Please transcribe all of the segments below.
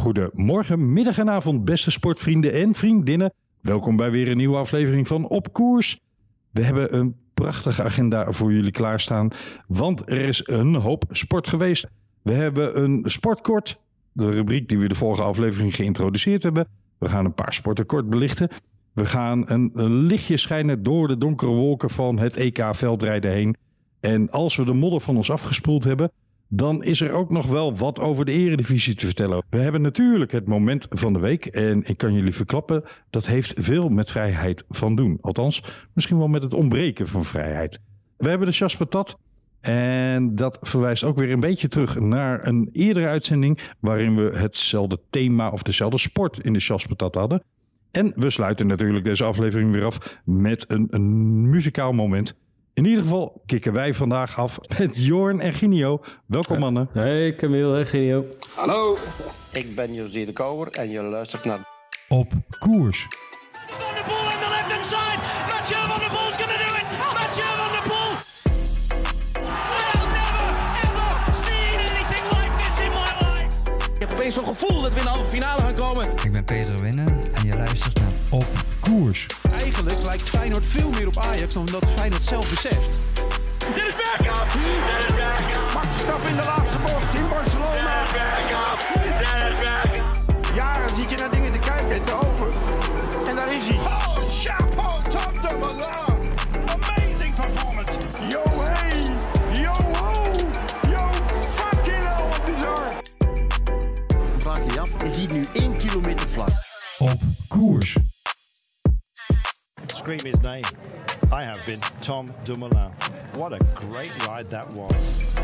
Goedemorgen, middag en avond, beste sportvrienden en vriendinnen. Welkom bij weer een nieuwe aflevering van Op Koers. We hebben een prachtige agenda voor jullie klaarstaan, want er is een hoop sport geweest. We hebben een sportkort, de rubriek die we de vorige aflevering geïntroduceerd hebben. We gaan een paar sporten kort belichten. We gaan een lichtje schijnen door de donkere wolken van het EK veldrijden heen. En als we de modder van ons afgespoeld hebben, dan is er ook nog wel wat over de eredivisie te vertellen. We hebben natuurlijk het moment van de week. En ik kan jullie verklappen, dat heeft veel met vrijheid van doen. Althans, misschien wel met het ontbreken van vrijheid. We hebben de Chasse Patate. En dat verwijst ook weer een beetje terug naar een eerdere uitzending, waarin we hetzelfde thema of dezelfde sport in de Chasse Patate hadden. En we sluiten natuurlijk deze aflevering weer af met een muzikaal moment. In ieder geval kicken wij vandaag af met Jorn en Ginio. Welkom mannen. Hey Camille en Ginio. Hallo, ik ben José de Kouwer en je luistert naar Op Koers. Van der Poel on the left hand side. Mathieu van der Poel is going to do it. Mathieu van der Poel. I have never ever seen anything like this in my life. Ik heb opeens zo'n gevoel dat we in de halve finale gaan komen. Ik ben Peter Winnen en je luistert naar Op Koers. Eigenlijk lijkt Feyenoord veel meer op Ajax dan dat Feyenoord zelf beseft. Dit is Bergkamp. Dit is Bergkamp. Max Verstappen in de laatste bocht in Barcelona. Dit is Bergkamp. Dit is Bergkamp. Jaren zit je naar dingen te kijken en te ogen. En daar is hij. Oh, chapeau, Tom Dumoulin. Amazing performance. Yo hey, yo ho, yo fucking hell, wat bizar. Vraag je af, je ziet nu 1 kilometer vlak. Op Koers. Scream his name. I have been Tom Dumoulin. What a great ride that was.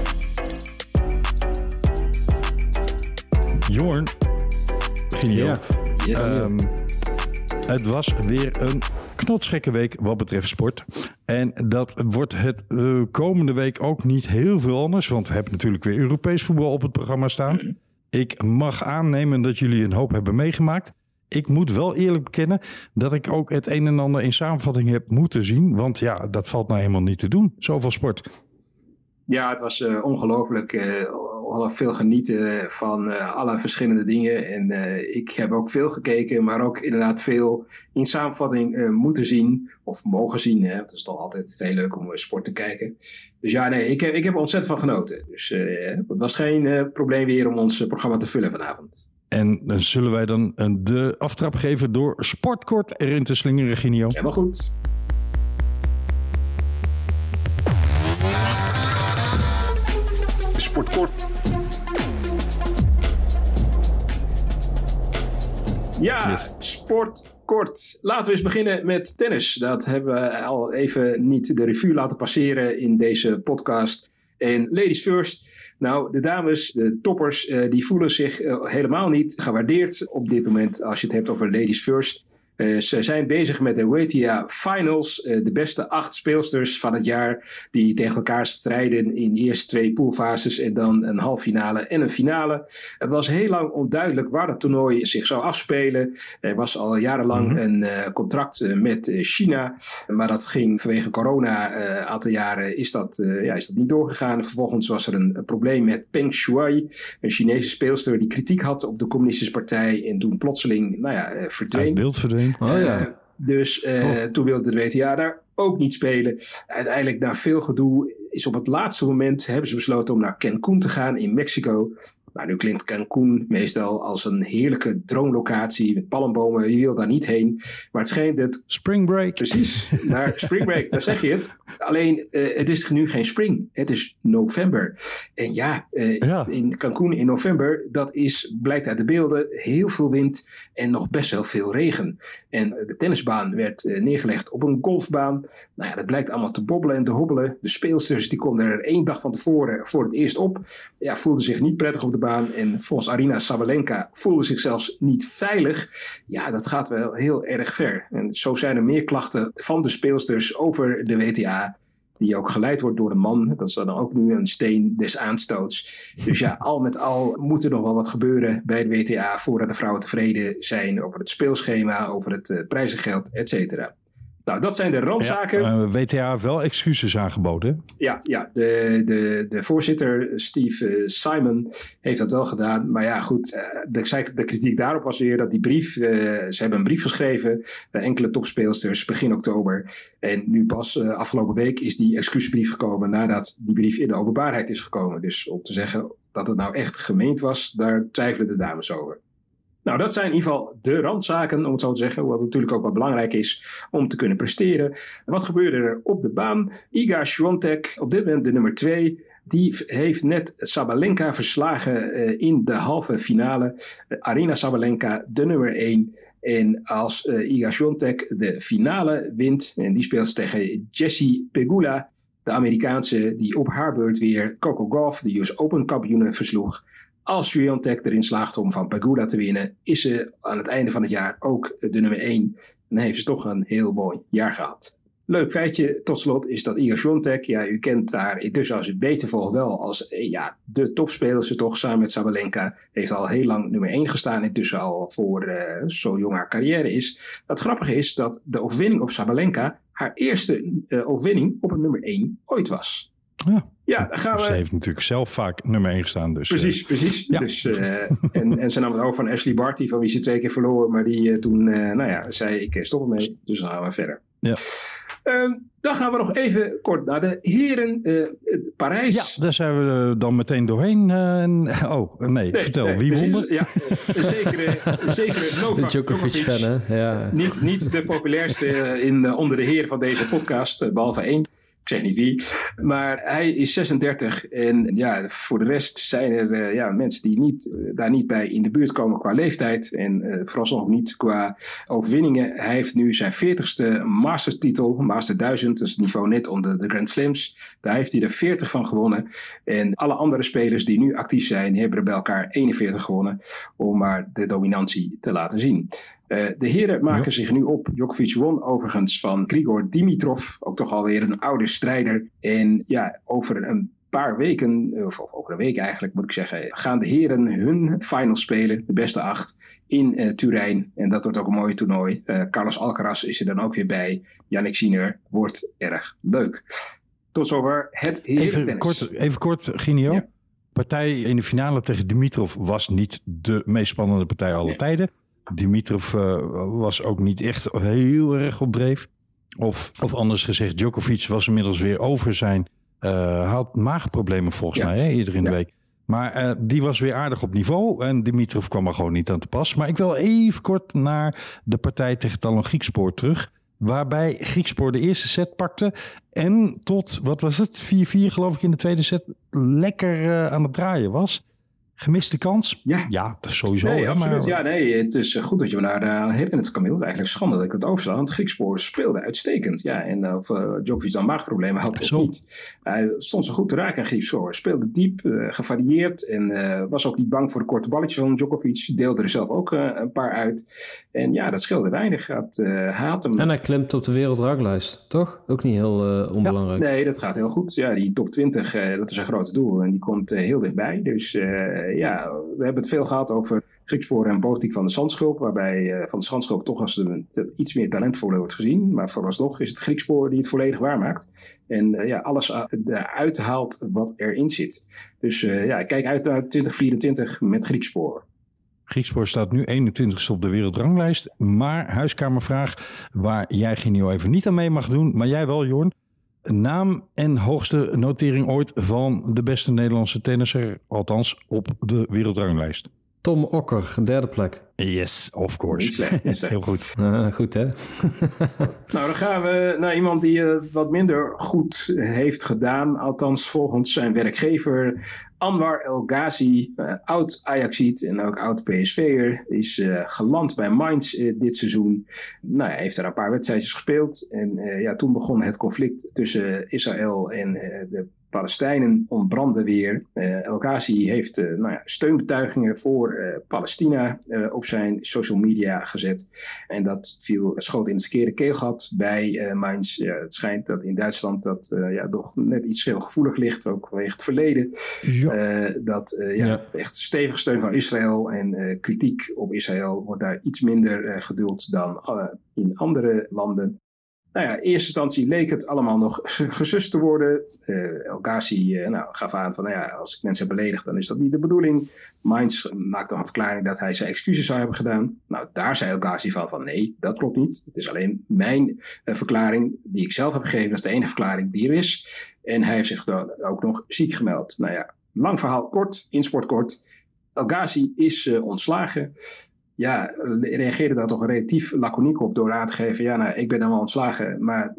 Jorn, Ginio. Ja. Yes. Het was weer een knotsgekke week wat betreft sport. En dat wordt het komende week ook niet heel veel anders. Want we hebben natuurlijk weer Europees voetbal op het programma staan. Ik mag aannemen dat jullie een hoop hebben meegemaakt. Ik moet wel eerlijk bekennen dat ik ook het een en ander in samenvatting heb moeten zien. Want ja, dat valt nou helemaal niet te doen. Zoveel sport. Ja, het was ongelooflijk. Veel genieten van alle verschillende dingen. En ik heb ook veel gekeken, maar ook inderdaad veel in samenvatting moeten zien. Of mogen zien. Hè? Het is toch altijd heel leuk om sport te kijken. Dus ja, nee, ik heb er ontzettend van genoten. Dus het was geen probleem weer om ons programma te vullen vanavond. En zullen wij dan de aftrap geven door sportkort erin te slingeren, Ginio? Helemaal goed. Sportkort. Ja, yes. Sportkort. Laten we eens beginnen met tennis. Dat hebben we al even niet de revue laten passeren in deze podcast. En ladies first. Nou, de dames, de toppers, die voelen zich helemaal niet gewaardeerd op dit moment als je het hebt over ladies first. Ze zijn bezig met de WTA Finals. De beste 8 speelsters van het jaar die tegen elkaar strijden in eerst 2 poolfases en dan een halffinale en een finale. Het was heel lang onduidelijk waar het toernooi zich zou afspelen. Er was al jarenlang een contract met China, maar dat ging vanwege corona een aantal jaren is dat niet doorgegaan. Vervolgens was er een probleem met Peng Shuai, een Chinese speelster die kritiek had op de Communistische Partij en toen plotseling verdween. Uit beeld verdween. Toen wilde de WTA daar ook niet spelen. Uiteindelijk na veel gedoe is op het laatste moment hebben ze besloten om naar Cancún te gaan in Mexico. Nou, nu klinkt Cancún meestal als een heerlijke droomlocatie met palmbomen. Wie wil daar niet heen? Maar het schijnt dat... Spring break. Precies, naar spring break, daar zeg je het. Alleen, het is nu geen spring. Het is november. En in Cancún in november, blijkt uit de beelden, heel veel wind en nog best wel veel regen. En de tennisbaan werd neergelegd op een golfbaan. Nou ja, dat blijkt allemaal te bobbelen en te hobbelen. De speelsters die konden er 1 dag van tevoren voor het eerst op. Ja, voelden zich niet prettig op de baan. En volgens Aryna Sabalenka voelde zich zelfs niet veilig. Ja, dat gaat wel heel erg ver. En zo zijn er meer klachten van de speelsters over de WTA. Die ook geleid wordt door de man. Dat is dan ook nu een steen des aanstoots. Dus ja, al met al moet er nog wel wat gebeuren bij de WTA voordat de vrouwen tevreden zijn over het speelschema, over het prijzengeld, et cetera. Nou, dat zijn de randzaken. WTA heeft wel excuses aangeboden. Ja, de voorzitter Steve Simon heeft dat wel gedaan. Maar ja, goed, de kritiek daarop was weer dat die brief... ze hebben een brief geschreven, enkele topspeelsters, begin oktober. En nu pas afgelopen week is die excuusbrief gekomen nadat die brief in de openbaarheid is gekomen. Dus om te zeggen dat het nou echt gemeend was, daar twijfelen de dames over. Nou, dat zijn in ieder geval de randzaken, om het zo te zeggen. Wat natuurlijk ook wat belangrijk is om te kunnen presteren. Wat gebeurde er op de baan? Iga Swiatek, op dit moment de nummer 2... Die heeft net Sabalenka verslagen in de halve finale. Aryna Sabalenka, de nummer 1. En als Iga Swiatek de finale wint, en die speelt tegen Jessie Pegula, de Amerikaanse, die op haar beurt weer Coco Gauff, de US Open kampioene, versloeg. Als Swiatek erin slaagt om van Pegula te winnen, is ze aan het einde van het jaar ook de nummer 1. En dan heeft ze toch een heel mooi jaar gehad. Leuk feitje tot slot is dat Iga Swiatek, ja, u kent haar intussen als u het beter volgt wel als de topspeler toch samen met Sabalenka. Heeft al heel lang nummer 1 gestaan, intussen al voor zo jong haar carrière is. Het grappige is dat de overwinning op Sabalenka haar eerste overwinning op een nummer 1 ooit was. Ja, dan gaan we... Ze heeft natuurlijk zelf vaak nummer 1 gestaan. Dus, precies. Ja. Dus, en ze nam het ook van Ashley Barty, van wie ze 2 keer verloor. Maar die toen zei, ik stop ermee. Dus dan gaan we verder. Ja. Dan gaan we nog even kort naar de heren Parijs. Ja, daar zijn we dan meteen doorheen. Vertel, wie won er? Ja, een zekere Novak Djokovic-fan, hè? Ja. Niet de populairste onder de heren van deze podcast, behalve 1. Ik zeg niet wie, maar hij is 36 en ja, voor de rest zijn er mensen die daar niet bij in de buurt komen qua leeftijd en vooralsnog niet qua overwinningen. Hij heeft nu zijn 40ste Masters-titel, Master 1000, dus het niveau net onder de Grand Slams. Daar heeft hij er 40 van gewonnen en alle andere spelers die nu actief zijn, hebben er bij elkaar 41 gewonnen om maar de dominantie te laten zien. De heren maken zich nu op. Djokovic won overigens van Grigor Dimitrov, ook toch alweer een oude strijder. En ja, over een paar weken, of over een week eigenlijk moet ik zeggen, gaan de heren hun final spelen, de beste 8, in Turijn. En dat wordt ook een mooi toernooi. Carlos Alcaraz is er dan ook weer bij. Yannick Sinner, wordt erg leuk. Tot zover het herentennis. Even kort, Ginio. Ja. Partij in de finale tegen Dimitrov was niet de meest spannende partij aller tijden. Dimitrov was ook niet echt heel erg op dreef. Of anders gezegd, Djokovic was inmiddels weer over zijn... had maagproblemen volgens mij, hè, eerder in de week. Maar die was weer aardig op niveau. En Dimitrov kwam er gewoon niet aan te pas. Maar ik wil even kort naar de partij tegen Talon Griekspoor terug. Waarbij Griekspoor de eerste set pakte. En tot, 4-4 geloof ik in de tweede set, lekker aan het draaien was. Gemiste kans? Ja, dat is sowieso. Nee, hè, absoluut. Maar... Ja, nee, het is goed dat je me daar herinnert, Camille. Eigenlijk schande dat ik het oversla, want Griekspoor speelde uitstekend. Ja, en of Djokovic dan maagproblemen had of niet. Hij stond zo goed te raken aan Griekspoor. Speelde diep, gevarieerd en was ook niet bang voor de korte balletjes van Djokovic. Deelde er zelf ook een paar uit. En ja, dat scheelde weinig. Hij had hem... En hij klimt op de wereldranglijst, toch? Ook niet heel onbelangrijk. Nee, dat gaat heel goed. Ja, die top 20, dat is een groot doel. En die komt heel dichtbij. Dus... we hebben het veel gehad over Griekspoor en Botik van de Zandschulp, waarbij Van de Zandschulp toch als iets meer talentvoller wordt gezien. Maar vooralsnog is het Griekspoor die het volledig waarmaakt. En alles eruit haalt wat erin zit. Dus ik kijk uit naar 2024 met Griekspoor. Griekspoor staat nu 21ste op de wereldranglijst. Maar huiskamervraag waar jij Ginio even niet aan mee mag doen, maar jij wel, Jorn. Naam en hoogste notering ooit van de beste Nederlandse tennisser, althans op de wereldranglijst. Tom Okker, 3e plek. Yes, of course. Niet slecht. Heel goed. Goed, hè? Nou, dan gaan we naar iemand die het wat minder goed heeft gedaan. Althans, volgens zijn werkgever Anwar El Ghazi, oud Ajaxiet en ook oud PSV'er, is geland bij Mainz dit seizoen. Nou, hij heeft daar een paar wedstrijdjes gespeeld. En toen begon het conflict tussen Israël en de Palestijnen ontbrandde weer. El Ghazi heeft steunbetuigingen voor Palestina op zijn social media gezet. En dat schoot in het verkeerde keelgat bij Mainz. Het schijnt dat in Duitsland dat toch net iets heel gevoelig ligt, ook vanwege het verleden. Echt stevige steun van Israël en kritiek op Israël wordt daar iets minder geduld dan in andere landen. Nou ja, in eerste instantie leek het allemaal nog gesust te worden. El Ghazi gaf aan van, als ik mensen heb beledigd, dan is dat niet de bedoeling. Mainz maakte een verklaring dat hij zijn excuses zou hebben gedaan. Nou, daar zei El Ghazi van nee, dat klopt niet. Het is alleen mijn verklaring die ik zelf heb gegeven. Dat is de enige verklaring die er is. En hij heeft zich dan ook nog ziek gemeld. Nou ja, lang verhaal kort, in sport kort. El Ghazi is ontslagen. Ja, reageerde daar toch relatief laconiek op door aan te geven, ik ben dan wel ontslagen, maar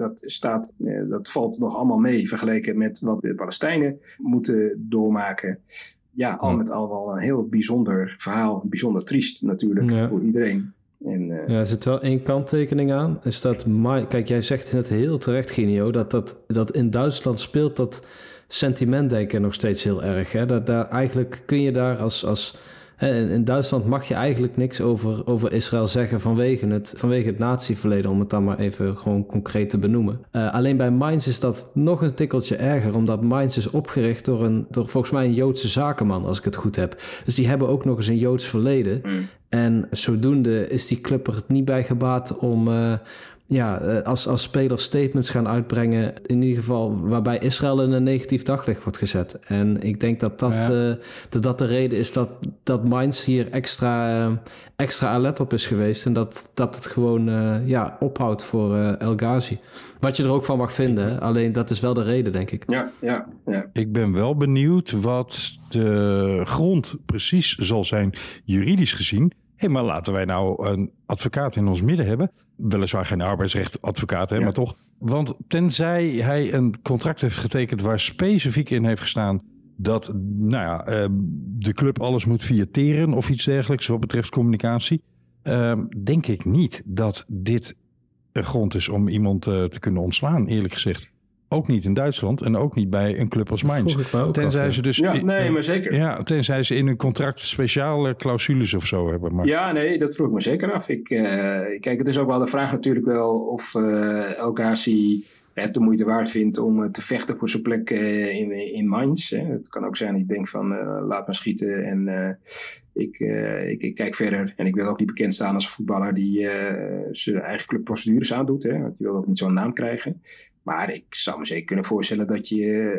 dat valt nog allemaal mee vergeleken met wat de Palestijnen moeten doormaken. Ja, al met al wel een heel bijzonder verhaal, bijzonder triest natuurlijk voor iedereen. En, er zit wel één kanttekening aan, is dat, kijk, jij zegt net heel terecht, Ginio, dat in Duitsland speelt dat sentiment denken nog steeds heel erg. Hè? Daar eigenlijk kun je daar als in Duitsland mag je eigenlijk niks over Israël zeggen vanwege het nazi-verleden, om het dan maar even gewoon concreet te benoemen. Alleen bij Mainz is dat nog een tikkeltje erger, omdat Mainz is opgericht door volgens mij een Joodse zakenman, als ik het goed heb. Dus die hebben ook nog eens een Joods verleden. En zodoende is die club er niet bij gebaat om als spelers statements gaan uitbrengen, in ieder geval waarbij Israël in een negatief daglicht wordt gezet. En ik denk dat de reden is dat Mainz hier extra alert op is geweest en dat het gewoon ophoudt voor El Ghazi. Wat je er ook van mag vinden, alleen dat is wel de reden, denk ik. Ja. Ik ben wel benieuwd wat de grond precies zal zijn, juridisch gezien. Maar laten wij nou een advocaat in ons midden hebben. Weliswaar geen arbeidsrechtadvocaat, maar toch. Want tenzij hij een contract heeft getekend waar specifiek in heeft gestaan dat de club alles moet viateren of iets dergelijks wat betreft communicatie, denk ik niet dat dit een grond is om iemand te kunnen ontslaan, eerlijk gezegd. Ook niet in Duitsland en ook niet bij een club als Mainz. Tenzij ze dus maar zeker. Ja, tenzij ze in hun contract speciale clausules of zo hebben. Maar... Ja, nee, dat vroeg ik me zeker af. Kijk, het is ook wel de vraag natuurlijk wel of El Ghazi het de moeite waard vindt om te vechten voor zijn plek in Mainz. Het kan ook zijn dat ik denk van laat me schieten en ik kijk verder. En ik wil ook niet bekend staan als een voetballer die zijn eigen clubprocedures aandoet. Want je wil ook niet zo'n naam krijgen. Maar ik zou me zeker kunnen voorstellen dat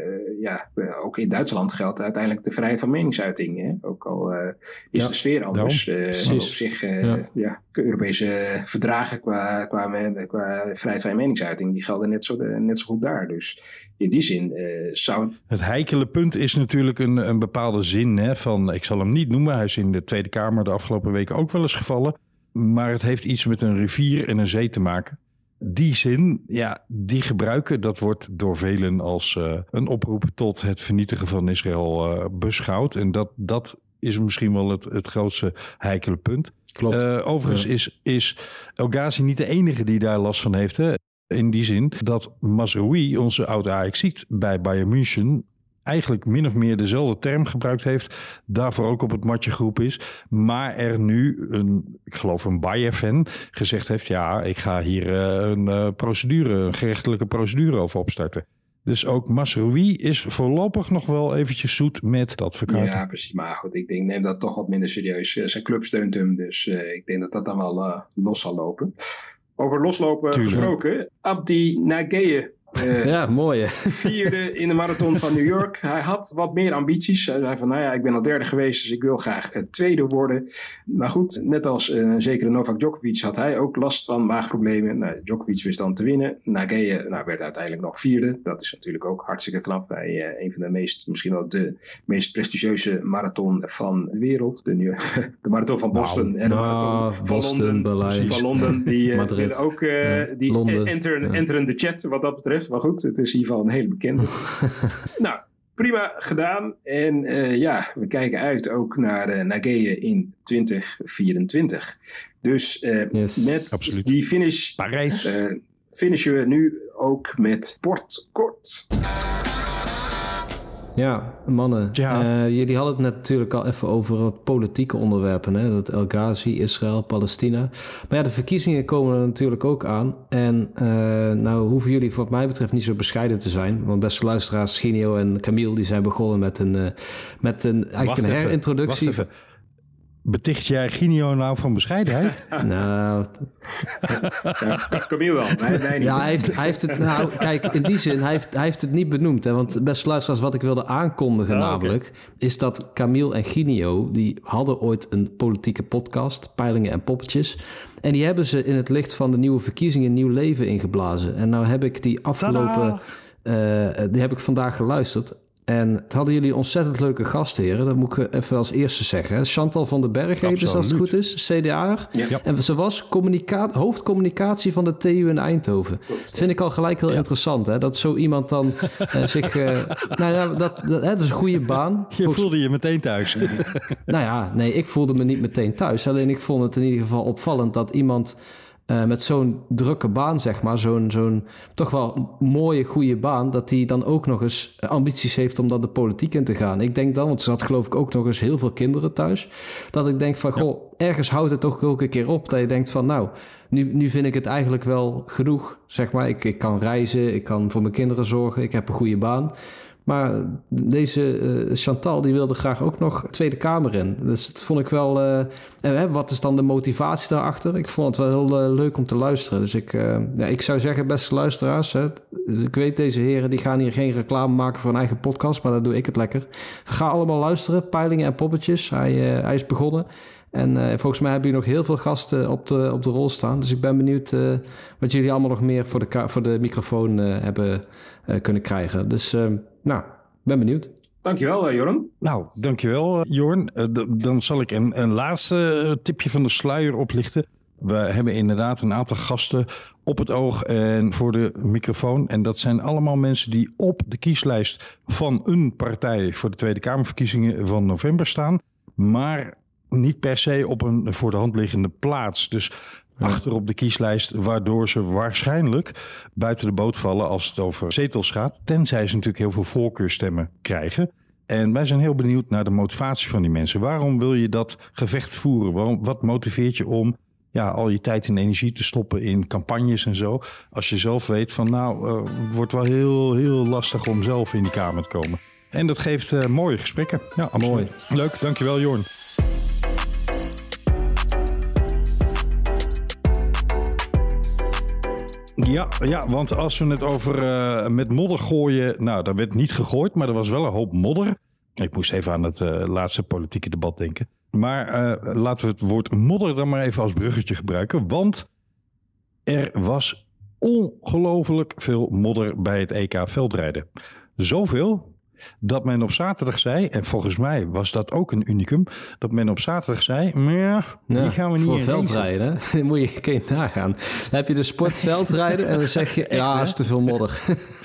ook in Duitsland geldt uiteindelijk de vrijheid van meningsuiting. Hè? Ook al is de sfeer anders. Maar op zich, Europese verdragen qua vrijheid van meningsuiting, die gelden net zo goed daar. Dus in die zin zou het... Het heikele punt is natuurlijk een bepaalde zin van, ik zal hem niet noemen, hij is in de Tweede Kamer de afgelopen weken ook wel eens gevallen. Maar het heeft iets met een rivier en een zee te maken. Die zin, die gebruiken, dat wordt door velen als een oproep tot het vernietigen van Israël beschouwd. En dat is misschien wel het grootste heikele punt. Klopt. Overigens is El Ghazi niet de enige die daar last van heeft. Hè? In die zin dat Mazraoui, onze oude Ajaxiet bij Bayern München, eigenlijk min of meer dezelfde term gebruikt heeft, daarvoor ook op het matje geroepen is, maar er nu ik geloof een Bayern-fan gezegd heeft, ik ga hier een gerechtelijke procedure over opstarten. Dus ook Mazraoui is voorlopig nog wel eventjes zoet met dat advocaat. Ja, precies. Maar goed, ik neem dat toch wat minder serieus. Zijn club steunt hem, dus ik denk dat dan wel los zal lopen. Over loslopen gesproken, Abdi Nageye. Mooi. Vierde in de marathon van New York. Hij had wat meer ambities. Hij zei van, ik ben al derde geweest, dus ik wil graag tweede worden. Maar goed, net als zekere Novak Djokovic had hij ook last van maagproblemen. Djokovic wist dan te winnen. Nageye werd uiteindelijk nog vierde. Dat is natuurlijk ook hartstikke knap bij een van de misschien wel de meest prestigieuze marathon van de wereld. De marathon van Boston en de marathon van Boston, Londen. Berlijn. Van Londen. Die Madrid. Ook enteren de chat wat dat betreft. Maar goed, het is in ieder geval een hele bekende. Nou, prima gedaan. En we kijken uit ook naar Nageye in 2024. Dus met die finish Parijs. Finishen we nu ook met Sportkort. Ja, mannen. Jullie hadden het net natuurlijk al even over wat politieke onderwerpen. Hè? Dat El Ghazi, Israël, Palestina. Maar de verkiezingen komen er natuurlijk ook aan. En nou hoeven jullie wat mij betreft niet zo bescheiden te zijn. Want beste luisteraars, Ginio en Camille, die zijn begonnen met een herintroductie. Beticht jij Ginio nou van bescheidenheid? Nou... Camille wel, nee niet. Ja, hij heeft het... Nou, kijk, in die zin, hij heeft het niet benoemd. Hè, want beste luisteraars, wat ik wilde aankondigen namelijk... is dat Camille en Ginio... die hadden ooit een politieke podcast... Peilingen en Poppetjes... En die hebben ze in het licht van de nieuwe verkiezingen... nieuw leven ingeblazen. En nou heb ik die afgelopen... die heb ik vandaag geluisterd... En het hadden jullie ontzettend leuke gastheren. Dat moet ik even als eerste zeggen. Chantal van den Berg heet dus, als het goed is. CDA'er. Ja. En ze was hoofdcommunicatie van de TU in Eindhoven. Dat vind ik al gelijk heel interessant. Hè? Dat zo iemand dan zich... nou ja, dat is een goede baan. Je voelde je meteen thuis. Nou ja, nee, ik voelde me niet meteen thuis. Alleen ik vond het in ieder geval opvallend dat iemand... met zo'n drukke baan, zeg maar, zo'n toch wel mooie, goede baan... dat hij dan ook nog eens ambities heeft om dan de politiek in te gaan. Ik denk dan, want ze had geloof ik ook nog eens heel veel kinderen thuis... dat ik denk van, goh, ergens houdt het toch ook een keer op... dat je denkt van, nou, nu vind ik het eigenlijk wel genoeg, zeg maar. Ik kan reizen, ik kan voor mijn kinderen zorgen, ik heb een goede baan... Maar deze Chantal, die wilde graag ook nog Tweede Kamer in. Dus dat vond ik wel... wat is dan de motivatie daarachter? Ik vond het wel heel leuk om te luisteren. Dus ik zou zeggen, beste luisteraars... Hè, ik weet, deze heren die gaan hier geen reclame maken voor een eigen podcast... maar dan doe ik het lekker. Ga allemaal luisteren, Peilingen en Poppetjes. Hij is begonnen. En volgens mij hebben jullie nog heel veel gasten op de rol staan. Dus ik ben benieuwd wat jullie allemaal nog meer voor de microfoon hebben kunnen krijgen. Dus nou, ben benieuwd. Dankjewel, Jorn. Nou, dankjewel, Jorn. Dan zal ik een laatste tipje van de sluier oplichten. We hebben inderdaad een aantal gasten op het oog en voor de microfoon. En dat zijn allemaal mensen die op de kieslijst van een partij... voor de Tweede Kamerverkiezingen van november staan. Maar niet per se op een voor de hand liggende plaats. Dus achter op de kieslijst, waardoor ze waarschijnlijk buiten de boot vallen als het over zetels gaat. Tenzij ze natuurlijk heel veel voorkeurstemmen krijgen. En wij zijn heel benieuwd naar de motivatie van die mensen. Waarom wil je dat gevecht voeren? Wat motiveert je om al je tijd en energie te stoppen in campagnes en zo? Als je zelf weet van het wordt wel heel, heel lastig om zelf in die Kamer te komen. En dat geeft mooie gesprekken. Ja, absoluut. Mooi. Leuk, dankjewel Jorn. Ja, want als we het over met modder gooien... Nou, daar werd niet gegooid, maar er was wel een hoop modder. Ik moest even aan het laatste politieke debat denken. Maar laten we het woord modder dan maar even als bruggetje gebruiken. Want er was ongelooflijk veel modder bij het EK veldrijden. Zoveel dat men op zaterdag zei... en volgens mij was dat ook een unicum... dat men op zaterdag zei... die gaan we niet voor veldrijden, hè? Kun je nagaan. Dan heb je de sportveldrijden en dan zeg je... ja, is te veel modder.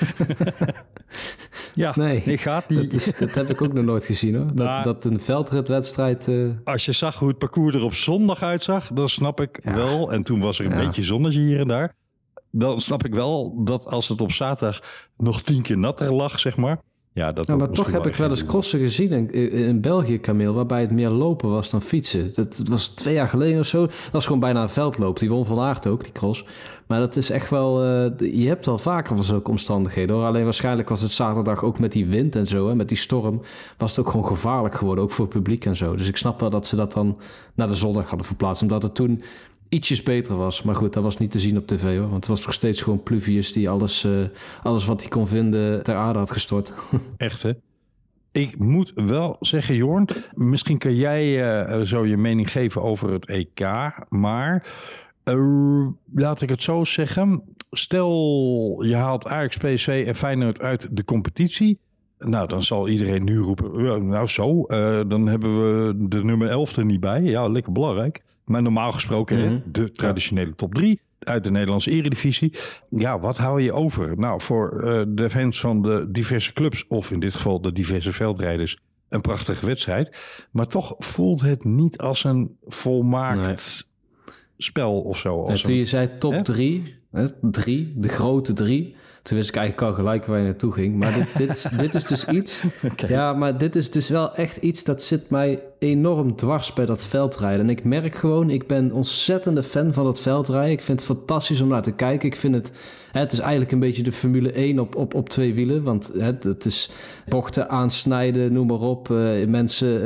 Ja, nee, ik ga het niet. Dat heb ik ook nog nooit gezien, hoor. Dat een veldritwedstrijd... Als je zag hoe het parcours er op zondag uitzag... dan snap ik wel... en toen was er een beetje zonnetje hier en daar... dan snap ik wel dat als het op zaterdag nog 10 keer natter lag, zeg maar... Ja, maar toch heb ik wel eens crossen gezien in België, Camille... waarbij het meer lopen was dan fietsen. Dat was 2 jaar geleden of zo. Dat was gewoon bijna een veldloop. Die won Van Aert ook, die cross. Maar dat is echt wel... je hebt wel vaker van zulke omstandigheden, hoor. Alleen waarschijnlijk was het zaterdag ook met die wind en zo... en met die storm was het ook gewoon gevaarlijk geworden... ook voor het publiek en zo. Dus ik snap wel dat ze dat dan naar de zondag hadden verplaatst... omdat het toen ietsjes beter was. Maar goed, dat was niet te zien op tv, hoor. Want het was nog steeds gewoon Pluvius die alles wat hij kon vinden ter aarde had gestort. Echt, hè? Ik moet wel zeggen, Jorn, misschien kun jij zo je mening geven over het EK. Maar laat ik het zo zeggen. Stel, je haalt Ajax, PSV en Feyenoord uit de competitie. Nou, dan zal iedereen nu roepen, dan hebben we de nummer 11 er niet bij. Ja, lekker belangrijk. Maar normaal gesproken de traditionele top 3 uit de Nederlandse eredivisie. Ja, wat hou je over? Nou, voor de fans van de diverse clubs, of in dit geval de diverse veldrijders, een prachtige wedstrijd. Maar toch voelt het niet als een volmaakt spel of zo. Toen je zei top 3, de grote 3... Toen wist ik eigenlijk al gelijk waar je naartoe ging. Maar dit is dus iets... Okay. Ja, maar dit is dus wel echt iets dat zit mij enorm dwars bij dat veldrijden. En ik merk gewoon, ik ben ontzettende fan van dat veldrijden. Ik vind het fantastisch om naar te kijken. Ik vind het is eigenlijk een beetje de Formule 1 op 2 wielen. Want het is bochten aansnijden, noem maar op. Mensen,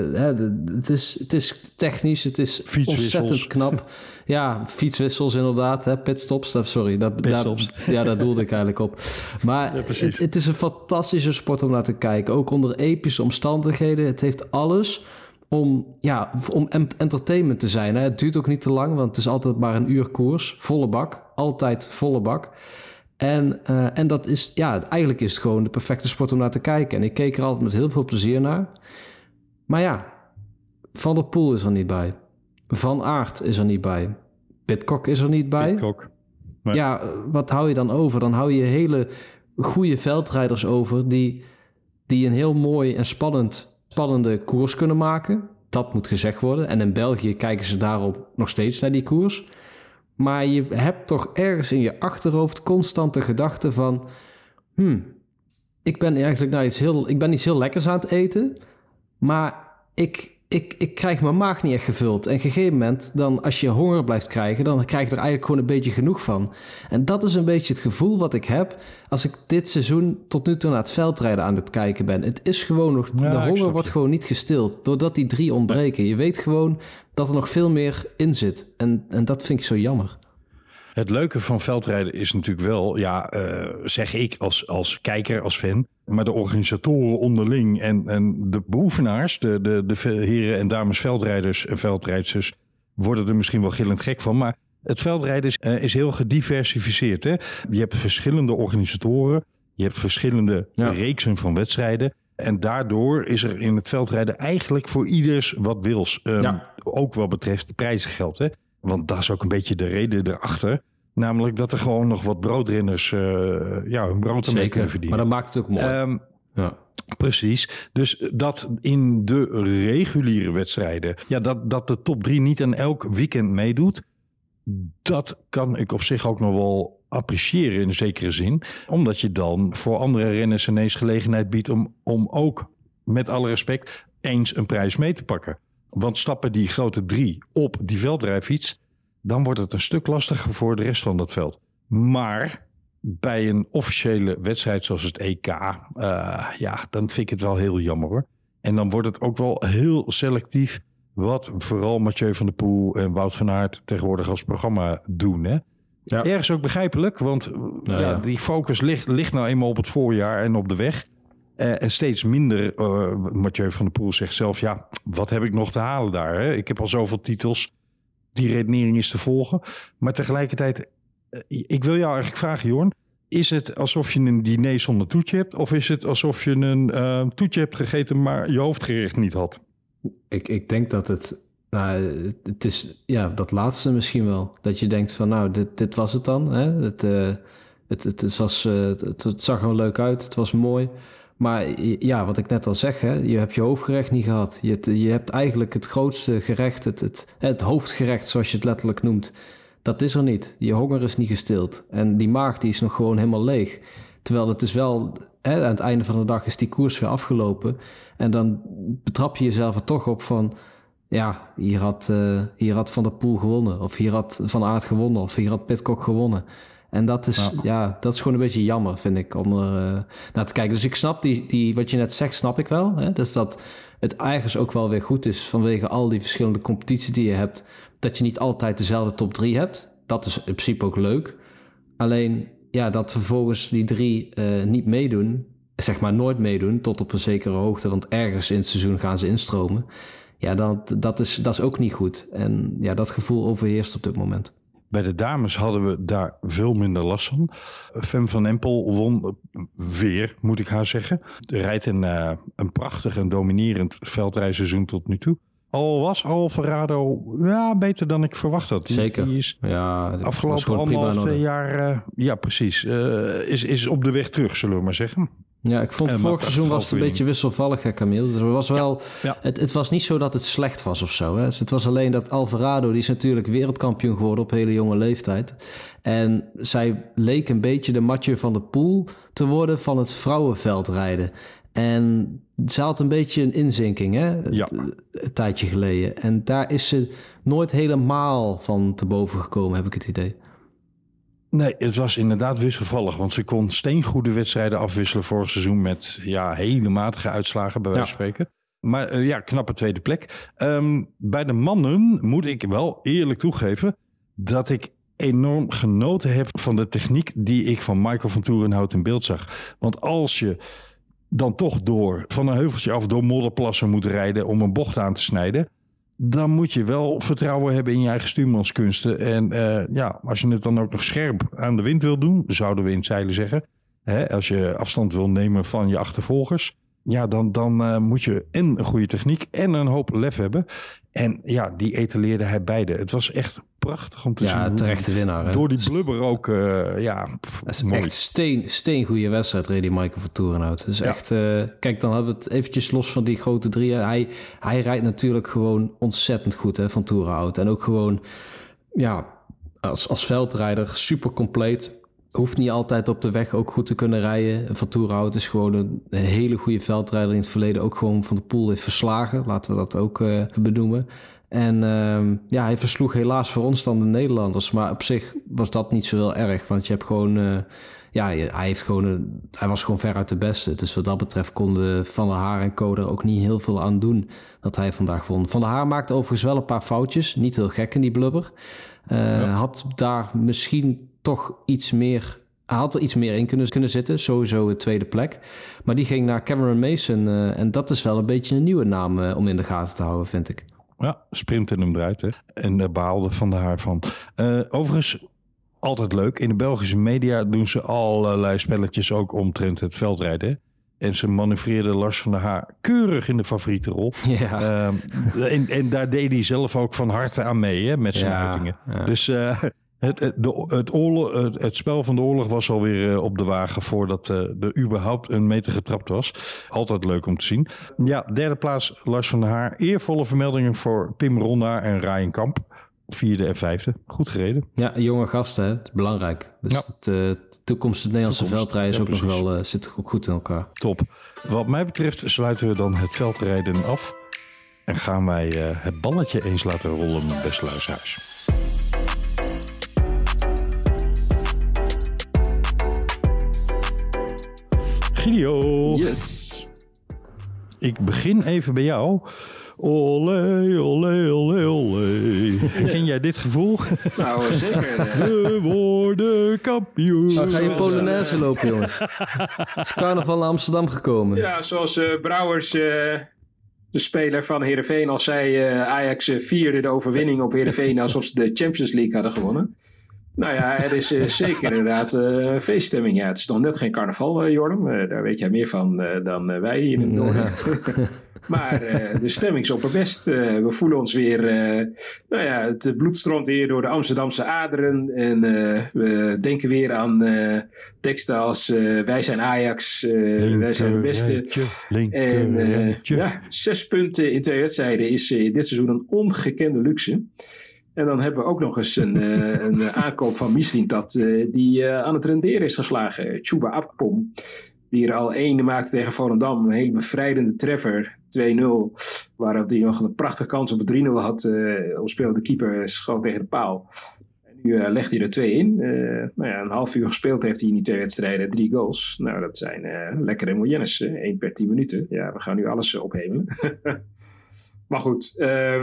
het is technisch, het is ontzettend knap. Ja, fietswissels inderdaad, pitstops. Sorry, daar doelde ik eigenlijk op. Maar het is een fantastische sport om naar te kijken. Ook onder epische omstandigheden. Het heeft alles om entertainment te zijn. Hè. Het duurt ook niet te lang, want het is altijd maar een uur koers. Volle bak, altijd volle bak. En dat is, eigenlijk is het gewoon de perfecte sport om naar te kijken. En ik keek er altijd met heel veel plezier naar. Maar ja, Van der Poel is er niet bij. Van Aert is er niet bij. Pidcock is er niet bij. Pidcock. Nee. Ja, wat hou je dan over? Dan hou je hele goede veldrijders over die een heel mooi en spannende koers kunnen maken. Dat moet gezegd worden. En in België kijken ze daarop nog steeds naar die koers. Maar je hebt toch ergens in je achterhoofd constant de gedachte van... ik ben eigenlijk ik ben iets heel lekkers aan het eten, maar ik krijg mijn maag niet echt gevuld. En op een gegeven moment, dan, als je honger blijft krijgen, dan krijg je er eigenlijk gewoon een beetje genoeg van. En dat is een beetje het gevoel wat ik heb als ik dit seizoen tot nu toe naar het veldrijden aan het kijken ben. Het is gewoon nog, de honger wordt gewoon niet gestild, doordat die 3 ontbreken. Je weet gewoon dat er nog veel meer in zit. En dat vind ik zo jammer. Het leuke van veldrijden is natuurlijk wel, zeg ik als kijker, als fan, maar de organisatoren onderling en de beoefenaars, de heren en dames veldrijders en veldrijdsters, worden er misschien wel gillend gek van. Maar het veldrijden is heel gediversificeerd. Hè? Je hebt verschillende organisatoren, je hebt verschillende reeksen van wedstrijden. En daardoor is er in het veldrijden eigenlijk voor ieders wat wils. Ook wat betreft prijzengeld. Hè? Want dat is ook een beetje de reden erachter. Namelijk dat er gewoon nog wat broodrenners hun brood ermee kunnen verdienen. Maar dat maakt het ook mooi. Precies. Dus dat in de reguliere wedstrijden... dat de top 3 niet aan elk weekend meedoet... dat kan ik op zich ook nog wel appreciëren in een zekere zin. Omdat je dan voor andere renners ineens gelegenheid biedt... om ook, met alle respect, eens een prijs mee te pakken. Want stappen die grote 3 op die veldrijfiets... dan wordt het een stuk lastiger voor de rest van dat veld. Maar bij een officiële wedstrijd zoals het EK... dan vind ik het wel heel jammer hoor. En dan wordt het ook wel heel selectief... wat vooral Mathieu van der Poel en Wout van Aert... tegenwoordig als programma doen. Hè? Ja. Ergens ook begrijpelijk, want die focus ligt nou eenmaal op het voorjaar en op de weg... En steeds minder, Mathieu van der Poel zegt zelf... wat heb ik nog te halen daar? Hè? Ik heb al zoveel titels... Die redenering is te volgen. Maar tegelijkertijd, ik wil jou eigenlijk vragen, Jorn. Is het alsof je een diner zonder toetje hebt? Of is het alsof je een toetje hebt gegeten, maar je hoofdgerecht niet had? Ik denk dat het is dat laatste misschien wel. Dat je denkt van dit was het dan. Hè? Het zag er leuk uit, het was mooi. Maar wat ik net al zeg, hè, je hebt je hoofdgerecht niet gehad. Je hebt eigenlijk het grootste gerecht, het hoofdgerecht zoals je het letterlijk noemt. Dat is er niet. Je honger is niet gestild. En die maag die is nog gewoon helemaal leeg. Terwijl het is wel, aan het einde van de dag is die koers weer afgelopen. En dan betrap je jezelf er toch op van... hier had Van der Poel gewonnen. Of hier had Van Aert gewonnen. Of hier had Pidcock gewonnen. En dat is, dat is gewoon een beetje jammer, vind ik, om er naar te kijken. Dus ik snap die wat je net zegt, snap ik wel. Hè? Dus dat het ergens ook wel weer goed is vanwege al die verschillende competities die je hebt, dat je niet altijd dezelfde top 3 hebt. Dat is in principe ook leuk. Alleen, dat vervolgens die 3 niet meedoen, zeg maar nooit meedoen, tot op een zekere hoogte, want ergens in het seizoen gaan ze instromen. Dat is ook niet goed. En dat gevoel overheerst op dit moment. Bij de dames hadden we daar veel minder last van. Fem van Empel won weer, moet ik haar zeggen. Rijdt een prachtig en dominerend veldrijseizoen tot nu toe. Al was Alvarado beter dan ik verwacht had. Zeker. Die is afgelopen 1,5 jaar... precies. Is op de weg terug, zullen we maar zeggen. Ja, ik vond vorig seizoen was het een beetje wisselvallig, hè, Camille. Dus er was wel, het was niet zo dat het slecht was of zo. Hè. Dus het was alleen dat Alvarado, die is natuurlijk wereldkampioen geworden op hele jonge leeftijd. En zij leek een beetje de Mathieu van der Poel te worden van het vrouwenveldrijden. En Ze had een beetje een inzinking, hè? Ja. Een tijdje geleden. En daar is ze nooit helemaal van te boven gekomen, heb ik het idee. Nee, het was inderdaad wisselvallig. Want ze kon steengoede wedstrijden afwisselen vorig seizoen met hele matige uitslagen, bij wijze van spreken. Maar knappe tweede plek. Bij de mannen moet ik wel eerlijk toegeven dat ik enorm genoten heb van de techniek die ik van Michael van Toerenhout in beeld zag. Want als je dan toch van een heuveltje af door modderplassen moet rijden om een bocht aan te snijden, dan moet je wel vertrouwen hebben in je eigen stuurmanskunsten. En als je het dan ook nog scherp aan de wind wil doen, zouden we in het zeilen zeggen. Als je afstand wil nemen van je achtervolgers, dan moet je en een goede techniek en een hoop lef hebben. En die etaleerde hij beide. Het was echt prachtig om te zien. Ja, terechte winnaar. Hè? Door die blubber ook, dat is mooi. echt steengoede wedstrijd, reed die Michael van Toerenhout. Dus echt, kijk, dan hebben we het eventjes los van die grote drie. Hij rijdt natuurlijk gewoon ontzettend goed, hè, van Toerenhout. En ook gewoon, als veldrijder super compleet. Hoeft niet altijd op de weg ook goed te kunnen rijden. Van Toerenhout is gewoon een hele goede veldrijder. In het verleden ook gewoon Van der Poel heeft verslagen. Laten we dat ook benoemen. En hij versloeg helaas voor ons dan de Nederlanders. Maar op zich was dat niet zo heel erg. Want je hebt gewoon... hij was gewoon veruit de beste. Dus wat dat betreft konden Van der Haar en co er ook niet heel veel aan doen dat hij vandaag won. Van der Haar maakte overigens wel een paar foutjes. Niet heel gek in die blubber. Had daar misschien toch iets meer... Hij had er iets meer in kunnen zitten. Sowieso de tweede plek. Maar die ging naar Cameron Mason. En dat is wel een beetje een nieuwe naam om in de gaten te houden, vind ik. Ja, sprintte hem eruit. Hè? En daar behaalde Van der Haar van. Overigens, altijd leuk. In de Belgische media doen ze allerlei spelletjes ook omtrent het veldrijden. Hè? En ze manoeuvreerde Lars van der Haar keurig in de favoriete rol. Ja. En daar deed hij zelf ook van harte aan mee, hè, met zijn uitingen. Ja. Dus het spel van de oorlog was alweer op de wagen voordat er überhaupt een meter getrapt was. Altijd leuk om te zien. Ja, derde plaats Lars van der Haar. Eervolle vermeldingen voor Pim Ronnaar en Ryan Kamp. Vierde en vijfde. Goed gereden. Ja, jonge gasten, hè? belangrijk. Dus de toekomst van het Nederlandse veldrijden is ook nog wel, zit ook goed in elkaar. Top. Wat mij betreft sluiten we dan het veldrijden af. En gaan wij het balletje eens laten rollen, mijn beste luisteraars. Gideon. Yes. Ik begin even bij jou. Olé, olé, olé, olé. Ken jij dit gevoel? Nou, zeker. We worden kampioen. Dan ga je Polonaise lopen, jongens. Het is carnaval naar Amsterdam gekomen. Ja, zoals Brouwers, de speler van Heerenveen, als zei Ajax vierde de overwinning op Heerenveen alsof ze de Champions League hadden gewonnen. Nou ja, er is zeker inderdaad feeststemming. Ja, het is nog net geen carnaval, Jorm. Daar weet jij meer van dan wij hier in het noorden. Ja. Maar de stemming is opperbest. We voelen ons weer... het bloed stroomt weer door de Amsterdamse aderen. En we denken weer aan teksten als... wij zijn Ajax, wij zijn de beste. En 6 punten in 2 wedstrijden is dit seizoen een ongekende luxe. En dan hebben we ook nog eens een aankoop van Mislintat die aan het renderen is geslagen. Chuba Akpom, die er al 1 maakte tegen Volendam. Een hele bevrijdende treffer, 2-0. Waarop hij nog een prachtige kans op het 3-0 had. Omspeelde de keeper, schoot tegen de paal. En nu legt hij er 2 in. Een half uur gespeeld heeft hij in die 2 wedstrijden 3 goals. Nou, dat zijn lekkere moyennes. 1 per 10 minuten. Ja, we gaan nu alles ophemelen. Maar goed,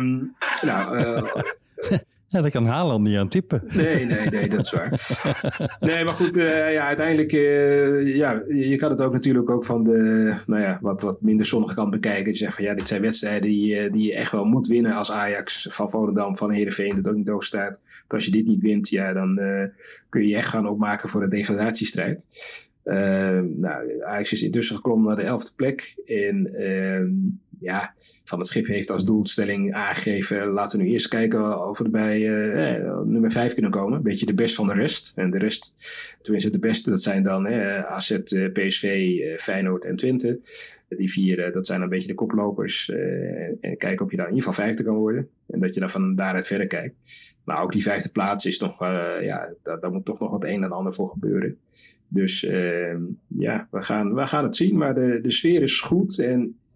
ja, daar kan Haaland niet aan tippen. Nee, dat is waar. Nee, maar goed, uiteindelijk... je kan het ook natuurlijk ook van de wat minder zonnige kant bekijken. Je zegt van dit zijn wedstrijden die je echt wel moet winnen als Ajax. Van Volendam, van Heerenveen, dat ook niet hoog staat. Want als je dit niet wint, dan kun je je echt gaan opmaken voor de degradatiestrijd. Ajax is intussen geklommen naar de 11e plek. En Van het Schip heeft als doelstelling aangegeven... laten we nu eerst kijken of we er bij nummer 5 kunnen komen. Een beetje de best van de rest. En de rest, tenminste de beste, dat zijn dan AZ, PSV, Feyenoord en Twente. Die 4, dat zijn een beetje de koplopers. En kijken of je daar in ieder geval 5e kan worden. En dat je dan van daaruit verder kijkt. Maar ook die 5e plaats is nog... daar moet toch nog het een en ander voor gebeuren. Dus we gaan het zien. Maar de sfeer is goed. En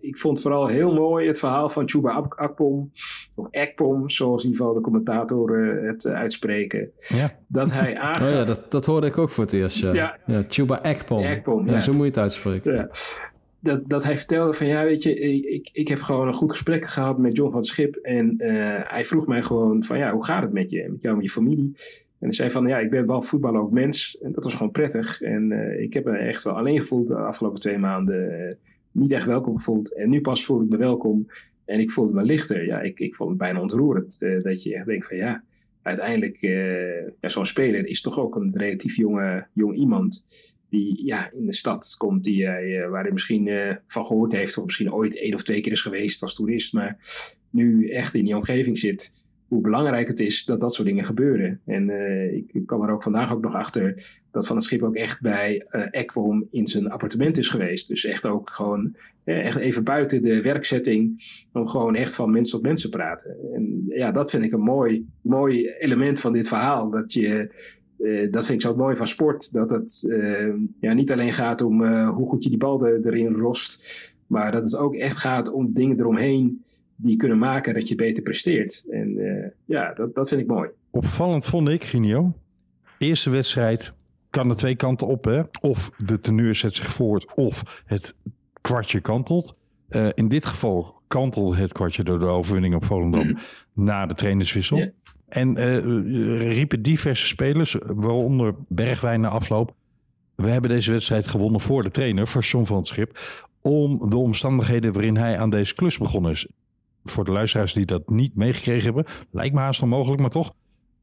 ik vond vooral heel mooi het verhaal van Chuba Akpom, of Ekpom, zoals in ieder geval de commentatoren het uitspreken. Ja. Dat hij aangaf... dat hoorde ik ook voor het eerst. Ja, Chuba Ekpom. Ja, zo moet je het uitspreken. Ja. Dat hij vertelde van, weet je, ik heb gewoon een goed gesprek gehad met John van het Schip. En hij vroeg mij gewoon van, hoe gaat het met je? Met jou en je familie? En hij zei van, ik ben wel voetballer ook mens. En dat was gewoon prettig. En ik heb me echt wel alleen gevoeld de afgelopen 2 maanden. Niet echt welkom gevoeld. En nu pas voelde ik me welkom. En ik voelde me lichter. Ja, ik vond het bijna ontroerend. Dat je echt denkt van, uiteindelijk, zo'n speler is toch ook een relatief jong iemand... die in de stad komt waar hij misschien van gehoord heeft... of misschien ooit 1 of 2 keer is geweest als toerist... maar nu echt in die omgeving zit... hoe belangrijk het is dat dat soort dingen gebeuren. En ik kwam er ook vandaag ook nog achter... dat Van het Schip ook echt bij Ekpom in zijn appartement is geweest. Dus echt ook gewoon echt even buiten de werkzetting... om gewoon echt van mens tot mens te praten. En dat vind ik een mooi element van dit verhaal. Dat vind ik zo mooi van sport. Dat het niet alleen gaat om hoe goed je die bal erin rost. Maar dat het ook echt gaat om dingen eromheen die kunnen maken dat je beter presteert. En dat vind ik mooi. Opvallend vond ik, Ginio. Eerste wedstrijd kan de 2 kanten op. Hè? Of de teneur zet zich voort of het kwartje kantelt. In dit geval kantelde het kwartje door de overwinning op Volendam na de trainerswissel. Yeah. En riepen diverse spelers, waaronder Bergwijn na afloop... we hebben deze wedstrijd gewonnen voor de trainer, voor John van het Schip... om de omstandigheden waarin hij aan deze klus begonnen is. Voor de luisteraars die dat niet meegekregen hebben... lijkt me haast onmogelijk, maar toch...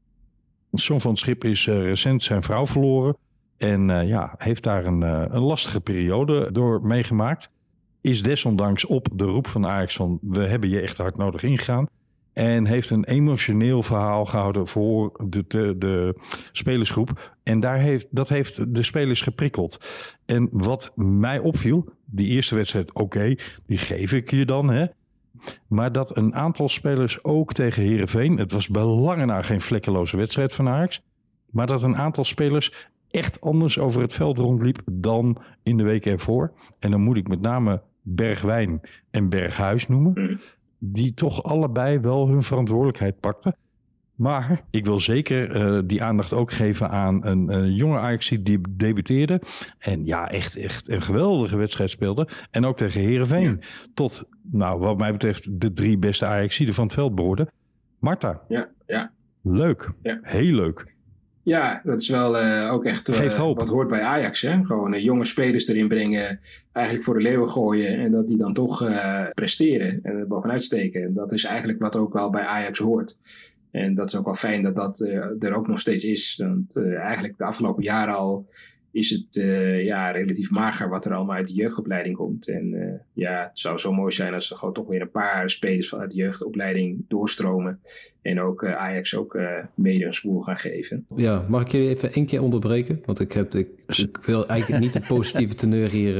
John van het Schip is recent zijn vrouw verloren... en heeft daar een lastige periode door meegemaakt... is desondanks op de roep van Ajax van... we hebben je echt hard nodig ingegaan... En heeft een emotioneel verhaal gehouden voor de spelersgroep. En dat heeft de spelers geprikkeld. En wat mij opviel, die eerste wedstrijd, oké, die geef ik je dan. Hè? Maar dat een aantal spelers ook tegen Heerenveen... het was bij lange na geen vlekkeloze wedstrijd van Ajax... maar dat een aantal spelers echt anders over het veld rondliep... dan in de weken ervoor. En dan moet ik met name Bergwijn en Berghuis noemen... die toch allebei wel hun verantwoordelijkheid pakten. Maar ik wil zeker die aandacht ook geven aan een jonge Ajaxie die debuteerde. En echt een geweldige wedstrijd speelde. En ook tegen Heerenveen. Ja. Tot, wat mij betreft, de 3 beste Ajaxiden van het veld behoorden. Marta. Ja. Leuk. Ja. Heel leuk. Ja, dat is wel ook echt wat hoort bij Ajax. Hè? Gewoon jonge spelers erin brengen, eigenlijk voor de leeuwen gooien... en dat die dan toch presteren en er bovenuit steken. En dat is eigenlijk wat ook wel bij Ajax hoort. En dat is ook wel fijn dat dat er ook nog steeds is. Want eigenlijk de afgelopen jaren al is het relatief mager... wat er allemaal uit de jeugdopleiding komt. En het zou zo mooi zijn als er gewoon toch weer een paar spelers... vanuit de jeugdopleiding doorstromen... En ook Ajax ook mede een spoor gaan geven. Ja, mag ik jullie even 1 keer onderbreken? Want ik wil eigenlijk niet de positieve teneur hier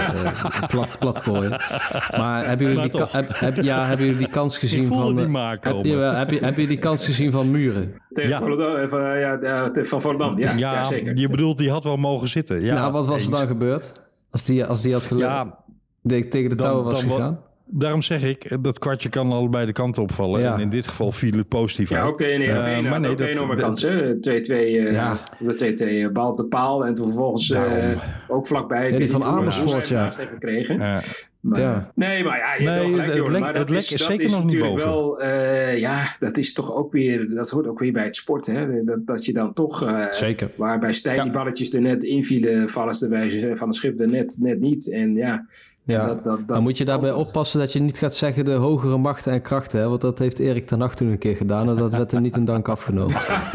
plat gooien. Maar hebben jullie die kans gezien van... Hebben jullie die kans gezien van Muren? Van Volendam, ja, zeker. Je bedoelt, die had wel mogen zitten. Ja, wat was er dan gebeurd? Als die had tegen de touwen was gegaan? Daarom zeg ik, dat kwartje kan allebei de kanten opvallen. Ja. En in dit geval viel het positief uit. Ja, ook tegen Heerenveen had ook een enorme kans. 2-2 bal op de paal. En toen vervolgens ook vlakbij... die van Amersfoort, heeft gekregen. Ja. Maar, nee, maar je hebt wel gelijk, Jordan. Maar dat is zeker natuurlijk wel... dat is toch ook weer... Dat hoort ook weer bij het sport, hè. Dat je dan toch... zeker. Waar bij Stijn die balletjes er net invielen... vallen ze bij Van het Schip er net niet. En dan moet je daarbij oppassen dat je niet gaat zeggen de hogere machten en krachten. Hè? Want dat heeft Erik ten Hag toen een keer gedaan. En dat werd hem niet in dank afgenomen.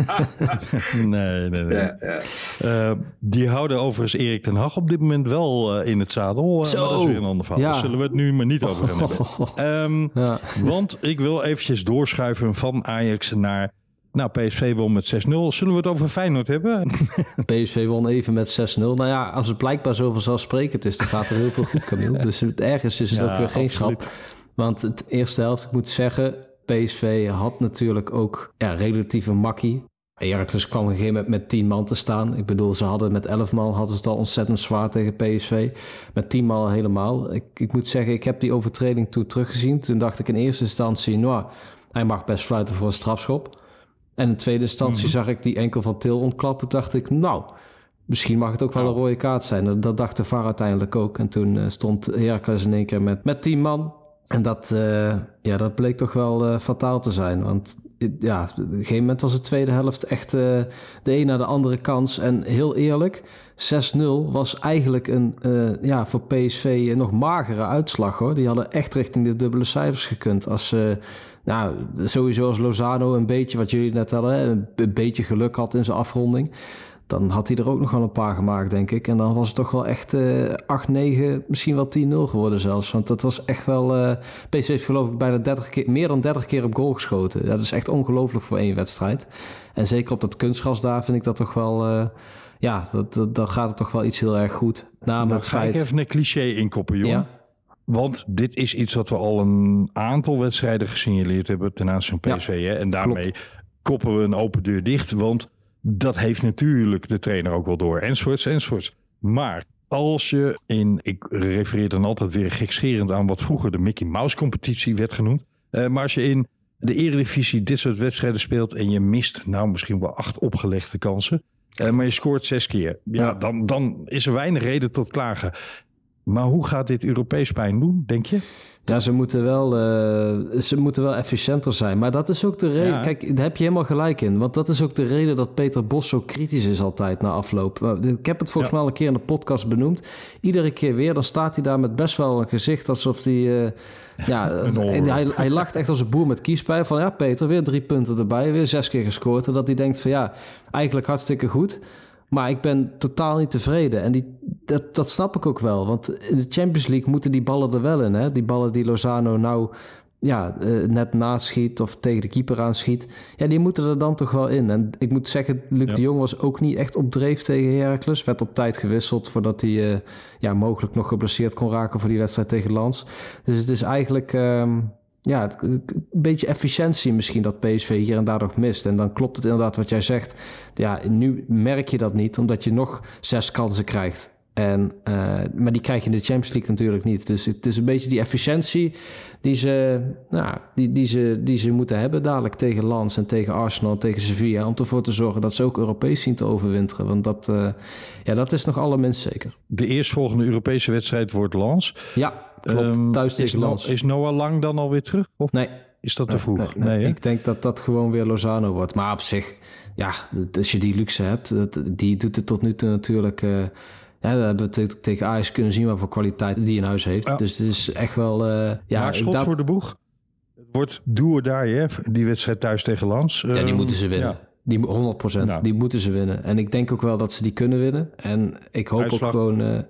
Nee. Ja. Die houden overigens Erik ten Hag op dit moment wel in het zadel. Maar dat is weer een ander verhaal. Ja. Daar zullen we het nu maar niet over gaan hebben. Want ik wil eventjes doorschuiven van Ajax naar... PSV won met 6-0. Zullen we het over Feyenoord hebben? PSV won even met 6-0. Nou ja, als het blijkbaar zo vanzelfsprekend is... dan gaat er heel veel goed, Camille. Dus ergens is het ook weer geen grap. Want het eerste helft, ik moet zeggen... PSV had natuurlijk ook relatieve makkie. Heracles kwam op een gegeven moment met 10 man te staan. Ik bedoel, ze hadden met 11 man hadden ze het al ontzettend zwaar tegen PSV. Met 10 man helemaal. Ik moet zeggen, ik heb die overtreding toen teruggezien. Toen dacht ik in eerste instantie, nou, hij mag best fluiten voor een strafschop. En in tweede instantie zag ik die enkel van Til ontklappen. Toen dacht ik, nou, misschien mag het ook wel een rode kaart zijn. Dat dacht de VAR uiteindelijk ook. En toen stond Heracles in één keer met 10 man. En dat bleek toch wel fataal te zijn. Want ja, op een gegeven moment was de tweede helft echt de een naar de andere kans. En heel eerlijk, 6-0 was eigenlijk een voor PSV een nog magere uitslag, hoor. Die hadden echt richting de dubbele cijfers gekund. Als sowieso als Lozano een beetje, wat jullie net hadden, een beetje geluk had in zijn afronding, dan had hij er ook nog wel een paar gemaakt, denk ik. En dan was het toch wel echt 8-9, misschien wel 10-0 geworden zelfs. Want dat was echt wel... PSV heeft geloof ik bijna meer dan 30 keer op goal geschoten. Dat is echt ongelooflijk voor één wedstrijd. En zeker op dat kunstgras daar vind ik dat toch wel... dan gaat het toch wel iets heel erg goed. Ga ik even een cliché inkoppen, jongen. Ja. Want dit is iets wat we al een aantal wedstrijden gesignaleerd hebben ten aanzien van PSV. Ja, hè? En daarmee koppen we een open deur dicht, want... Dat heeft natuurlijk de trainer ook wel door. Enzovoorts. Maar als je ik refereer dan altijd weer gekscherend aan wat vroeger de Mickey Mouse competitie werd genoemd. Maar als je in de Eredivisie dit soort wedstrijden speelt en je mist misschien wel 8 opgelegde kansen. Maar je scoort 6 keer. Ja, dan is er weinig reden tot klagen. Maar hoe gaat dit Europees pijn doen, denk je? Ja, ze moeten wel efficiënter zijn. Maar dat is ook de reden... Ja. Kijk, daar heb je helemaal gelijk in. Want dat is ook de reden dat Peter Bos zo kritisch is altijd na afloop. Ik heb het volgens mij al een keer in de podcast benoemd. Iedere keer weer, dan staat hij daar met best wel een gezicht alsof hij... hij lacht echt als een boer met kiespijn. Van ja, Peter, weer 3 punten erbij. Weer 6 keer gescoord. En dat hij denkt van ja, eigenlijk hartstikke goed. Maar ik ben totaal niet tevreden. En dat snap ik ook wel. Want in de Champions League moeten die ballen er wel in. Hè? Die ballen die Lozano net naschiet of tegen de keeper aanschiet. Ja, die moeten er dan toch wel in. En ik moet zeggen, Luc de Jong was ook niet echt op dreef tegen Heracles. Werd op tijd gewisseld voordat hij mogelijk nog geblesseerd kon raken voor die wedstrijd tegen Lens. Dus het is eigenlijk... een beetje efficiëntie misschien dat PSV hier en daar nog mist. En dan klopt het inderdaad wat jij zegt. Ja, nu merk je dat niet, omdat je nog 6 kansen krijgt. Maar die krijg je in de Champions League natuurlijk niet. Dus het is een beetje die efficiëntie die ze moeten hebben dadelijk tegen Lens en tegen Arsenal en tegen Sevilla. Om ervoor te zorgen dat ze ook Europees zien te overwinteren. Want dat is nog allerminst zeker. De eerstvolgende Europese wedstrijd wordt Lens. Ja. Klopt, thuis tegen Lens. Is Noah Lang dan alweer terug? Of nee. Is dat te vroeg? Nee, ik denk dat gewoon weer Lozano wordt. Maar op zich, ja, als je die luxe hebt, die doet het tot nu toe natuurlijk... dat hebben we tegen Ajax kunnen zien wat voor kwaliteit die in huis heeft. Ja. Dus het is echt wel... maar schot voor de boeg. Het wordt do or die, hè? Die wedstrijd thuis tegen Lens. Die moeten ze winnen. Ja. Die 100%. Nou. Die moeten ze winnen. En ik denk ook wel dat ze die kunnen winnen. En ik hoop Uitslag. Ook gewoon...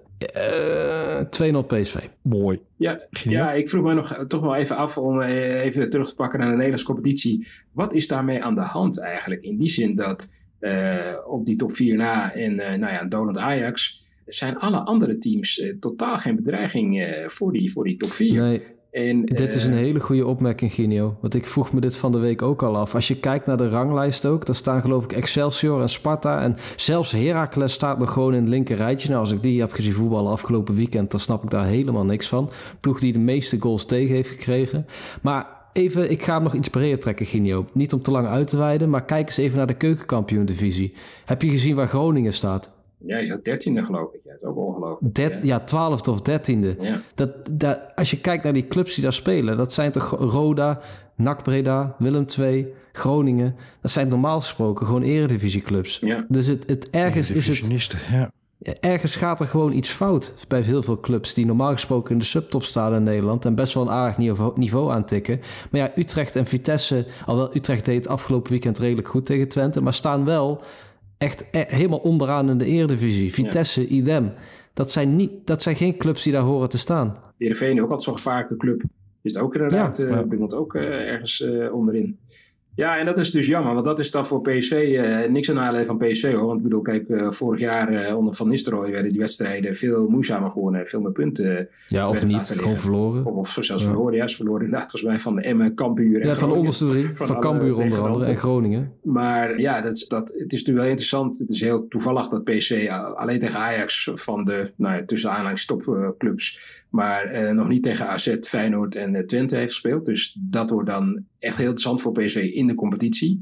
2-0 PSV. Mooi. Ja, ik vroeg mij nog toch wel even af om even terug te pakken naar de Nederlandse competitie. Wat is daarmee aan de hand eigenlijk? In die zin dat op die top 4 na en dolend Ajax zijn alle andere teams totaal geen bedreiging voor die top 4. Nee. Dit is een hele goede opmerking, Ginio. Want ik vroeg me dit van de week ook al af. Als je kijkt naar de ranglijst ook, daar staan geloof ik Excelsior en Sparta. En zelfs Heracles staat nog gewoon in het linker rijtje. Nou, als ik die heb gezien voetballen afgelopen weekend, dan snap ik daar helemaal niks van. Ploeg die de meeste goals tegen heeft gekregen. Maar even, ik ga hem nog iets breder trekken, Ginio. Niet om te lang uit te wijden, maar kijk eens even naar de keukenkampioen-divisie. Heb je gezien waar Groningen staat? Ja, je zat 13e geloof ik. Ja, dat is ook ongelooflijk. 12e of 13e. Ja. Als je kijkt naar die clubs die daar spelen, dat zijn toch Roda, NAC Breda, Willem II, Groningen. Dat zijn normaal gesproken gewoon eredivisieclubs. Ja. Dus ergens is het... Ja. Ergens gaat er gewoon iets fout bij heel veel clubs die normaal gesproken in de subtop staan in Nederland en best wel een aardig niveau aantikken. Maar ja, Utrecht en Vitesse, alhoewel Utrecht deed het afgelopen weekend redelijk goed tegen Twente, maar staan wel echt helemaal onderaan in de Eredivisie. Vitesse, idem. Dat zijn geen clubs die daar horen te staan. Heerenveen ook altijd zo'n gevaarlijke club. Is het ook inderdaad, bungelt ook ergens onderin. Ja, en dat is dus jammer, want dat is dan voor PSV niks aan nadeel van PSV hoor. Want ik bedoel, kijk, vorig jaar onder Van Nistelrooy werden die wedstrijden veel moeizamer gewonnen, veel meer punten. Ja, of niet, gewoon verloren. Of zelfs verloren, ja, ze verloren inderdaad volgens mij van de Emmen, Cambuur en van de onderste 3, van Cambuur onder andere en Groningen. Maar ja, het is natuurlijk wel interessant. Het is heel toevallig dat PSV alleen tegen Ajax van de, tussen aanhalingstekens topclubs, maar nog niet tegen AZ, Feyenoord en Twente heeft gespeeld. Dus dat wordt dan echt heel interessant voor PSV in de competitie.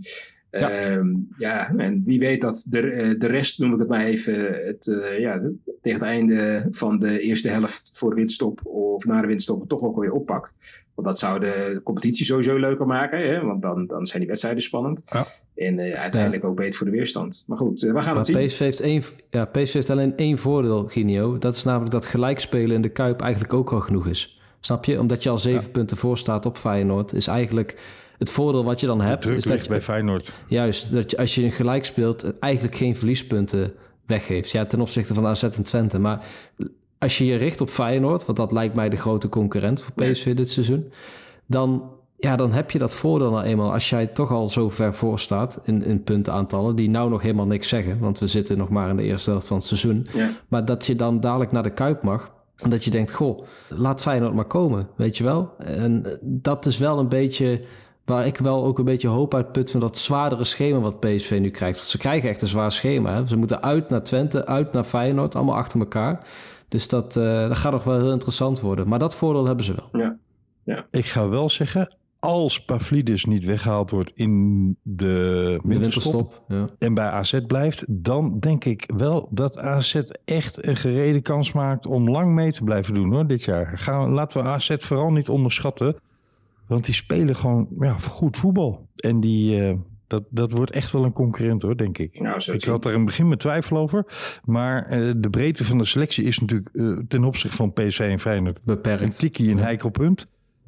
En wie weet dat de rest, noem ik het maar even, tegen het einde van de eerste helft voor de winterstop of na de winterstop toch ook weer oppakt. Want dat zou de competitie sowieso leuker maken, hè? Want dan zijn die wedstrijden spannend. Ja. En uiteindelijk ook beter voor de weerstand. Maar goed, we gaan het zien. PSV heeft alleen één voordeel, Ginio. Dat is namelijk dat gelijkspelen in de Kuip eigenlijk ook al genoeg is. Snap je? Omdat je al 7 punten voor staat op Feyenoord, is eigenlijk het voordeel wat je dan hebt. Is dat je bij Feyenoord. Juist, dat je, als je een gelijk speelt, het eigenlijk geen verliespunten weggeeft. Ja, ten opzichte van AZ en Twente. Maar als je je richt op Feyenoord, want dat lijkt mij de grote concurrent voor PSV dit seizoen, dan heb je dat voordeel nou eenmaal. Als jij toch al zo ver voor staat in puntenaantallen, die nou nog helemaal niks zeggen, want we zitten nog maar in de eerste helft van het seizoen. Ja. Maar dat je dan dadelijk naar de Kuip mag, en dat je denkt, goh, laat Feyenoord maar komen, weet je wel. En dat is wel een beetje waar ik wel ook een beetje hoop uit put van dat zwaardere schema wat PSV nu krijgt. Want ze krijgen echt een zwaar schema. Hè? Ze moeten uit naar Twente, uit naar Feyenoord, allemaal achter elkaar. Dus dat gaat nog wel heel interessant worden. Maar dat voordeel hebben ze wel. Ja. Ik ga wel zeggen, als Pavlidis niet weggehaald wordt in de winterstop en bij AZ blijft, dan denk ik wel dat AZ echt een gerede kans maakt om lang mee te blijven doen hoor, dit jaar. Laten we AZ vooral niet onderschatten, want die spelen gewoon goed voetbal. En dat wordt echt wel een concurrent hoor, denk ik. Ik had er in het begin mijn twijfel over. Maar de breedte van de selectie is natuurlijk ten opzichte van PSV en Feyenoord beperkt. Een tikkie, een heikel punt.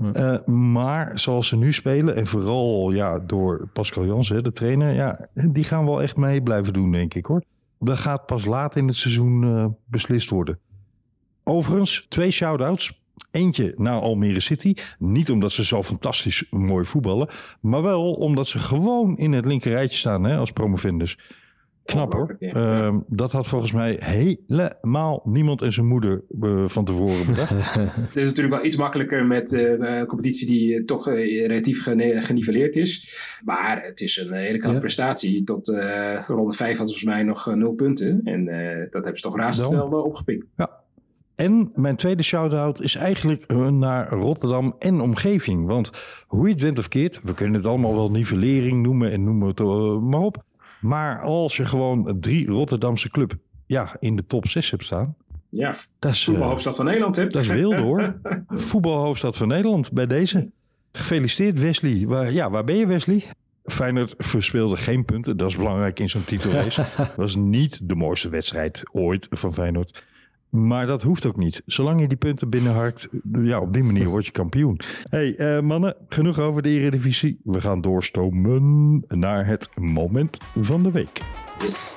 Maar zoals ze nu spelen, en vooral door Pascal Jansen, de trainer, die gaan wel echt mee blijven doen, denk ik hoor. Dat gaat pas laat in het seizoen beslist worden. Overigens, 2 shout-outs. Eentje naar Almere City. Niet omdat ze zo fantastisch mooi voetballen, maar wel omdat ze gewoon in het linkerrijtje staan als promovendus. Knap hoor. Dat had volgens mij helemaal niemand en zijn moeder van tevoren bedacht. Het is natuurlijk wel iets makkelijker met een competitie die toch relatief geniveleerd is. Maar het is een hele knappe prestatie. Tot ronde 5 hadden ze volgens mij nog 0 punten. En dat hebben ze toch razendsnel opgepikt. Ja. En mijn tweede shout-out is eigenlijk naar Rotterdam en omgeving. Want hoe je het went of keert, we kunnen het allemaal wel nivellering noemen en noemen het maar op. Maar als je gewoon 3 Rotterdamse club in de top 6 hebt staan. Ja, dat is voetbalhoofdstad van Nederland. Hè? Dat is wilde hoor. Voetbalhoofdstad van Nederland bij deze. Gefeliciteerd Wesley. Waar ben je Wesley? Feyenoord verspeelde geen punten. Dat is belangrijk in zo'n titelrace. Dat was niet de mooiste wedstrijd ooit van Feyenoord. Maar dat hoeft ook niet. Zolang je die punten binnenharkt, op die manier word je kampioen. Hey mannen, genoeg over de Eredivisie. We gaan doorstomen naar het moment van de week. Yes.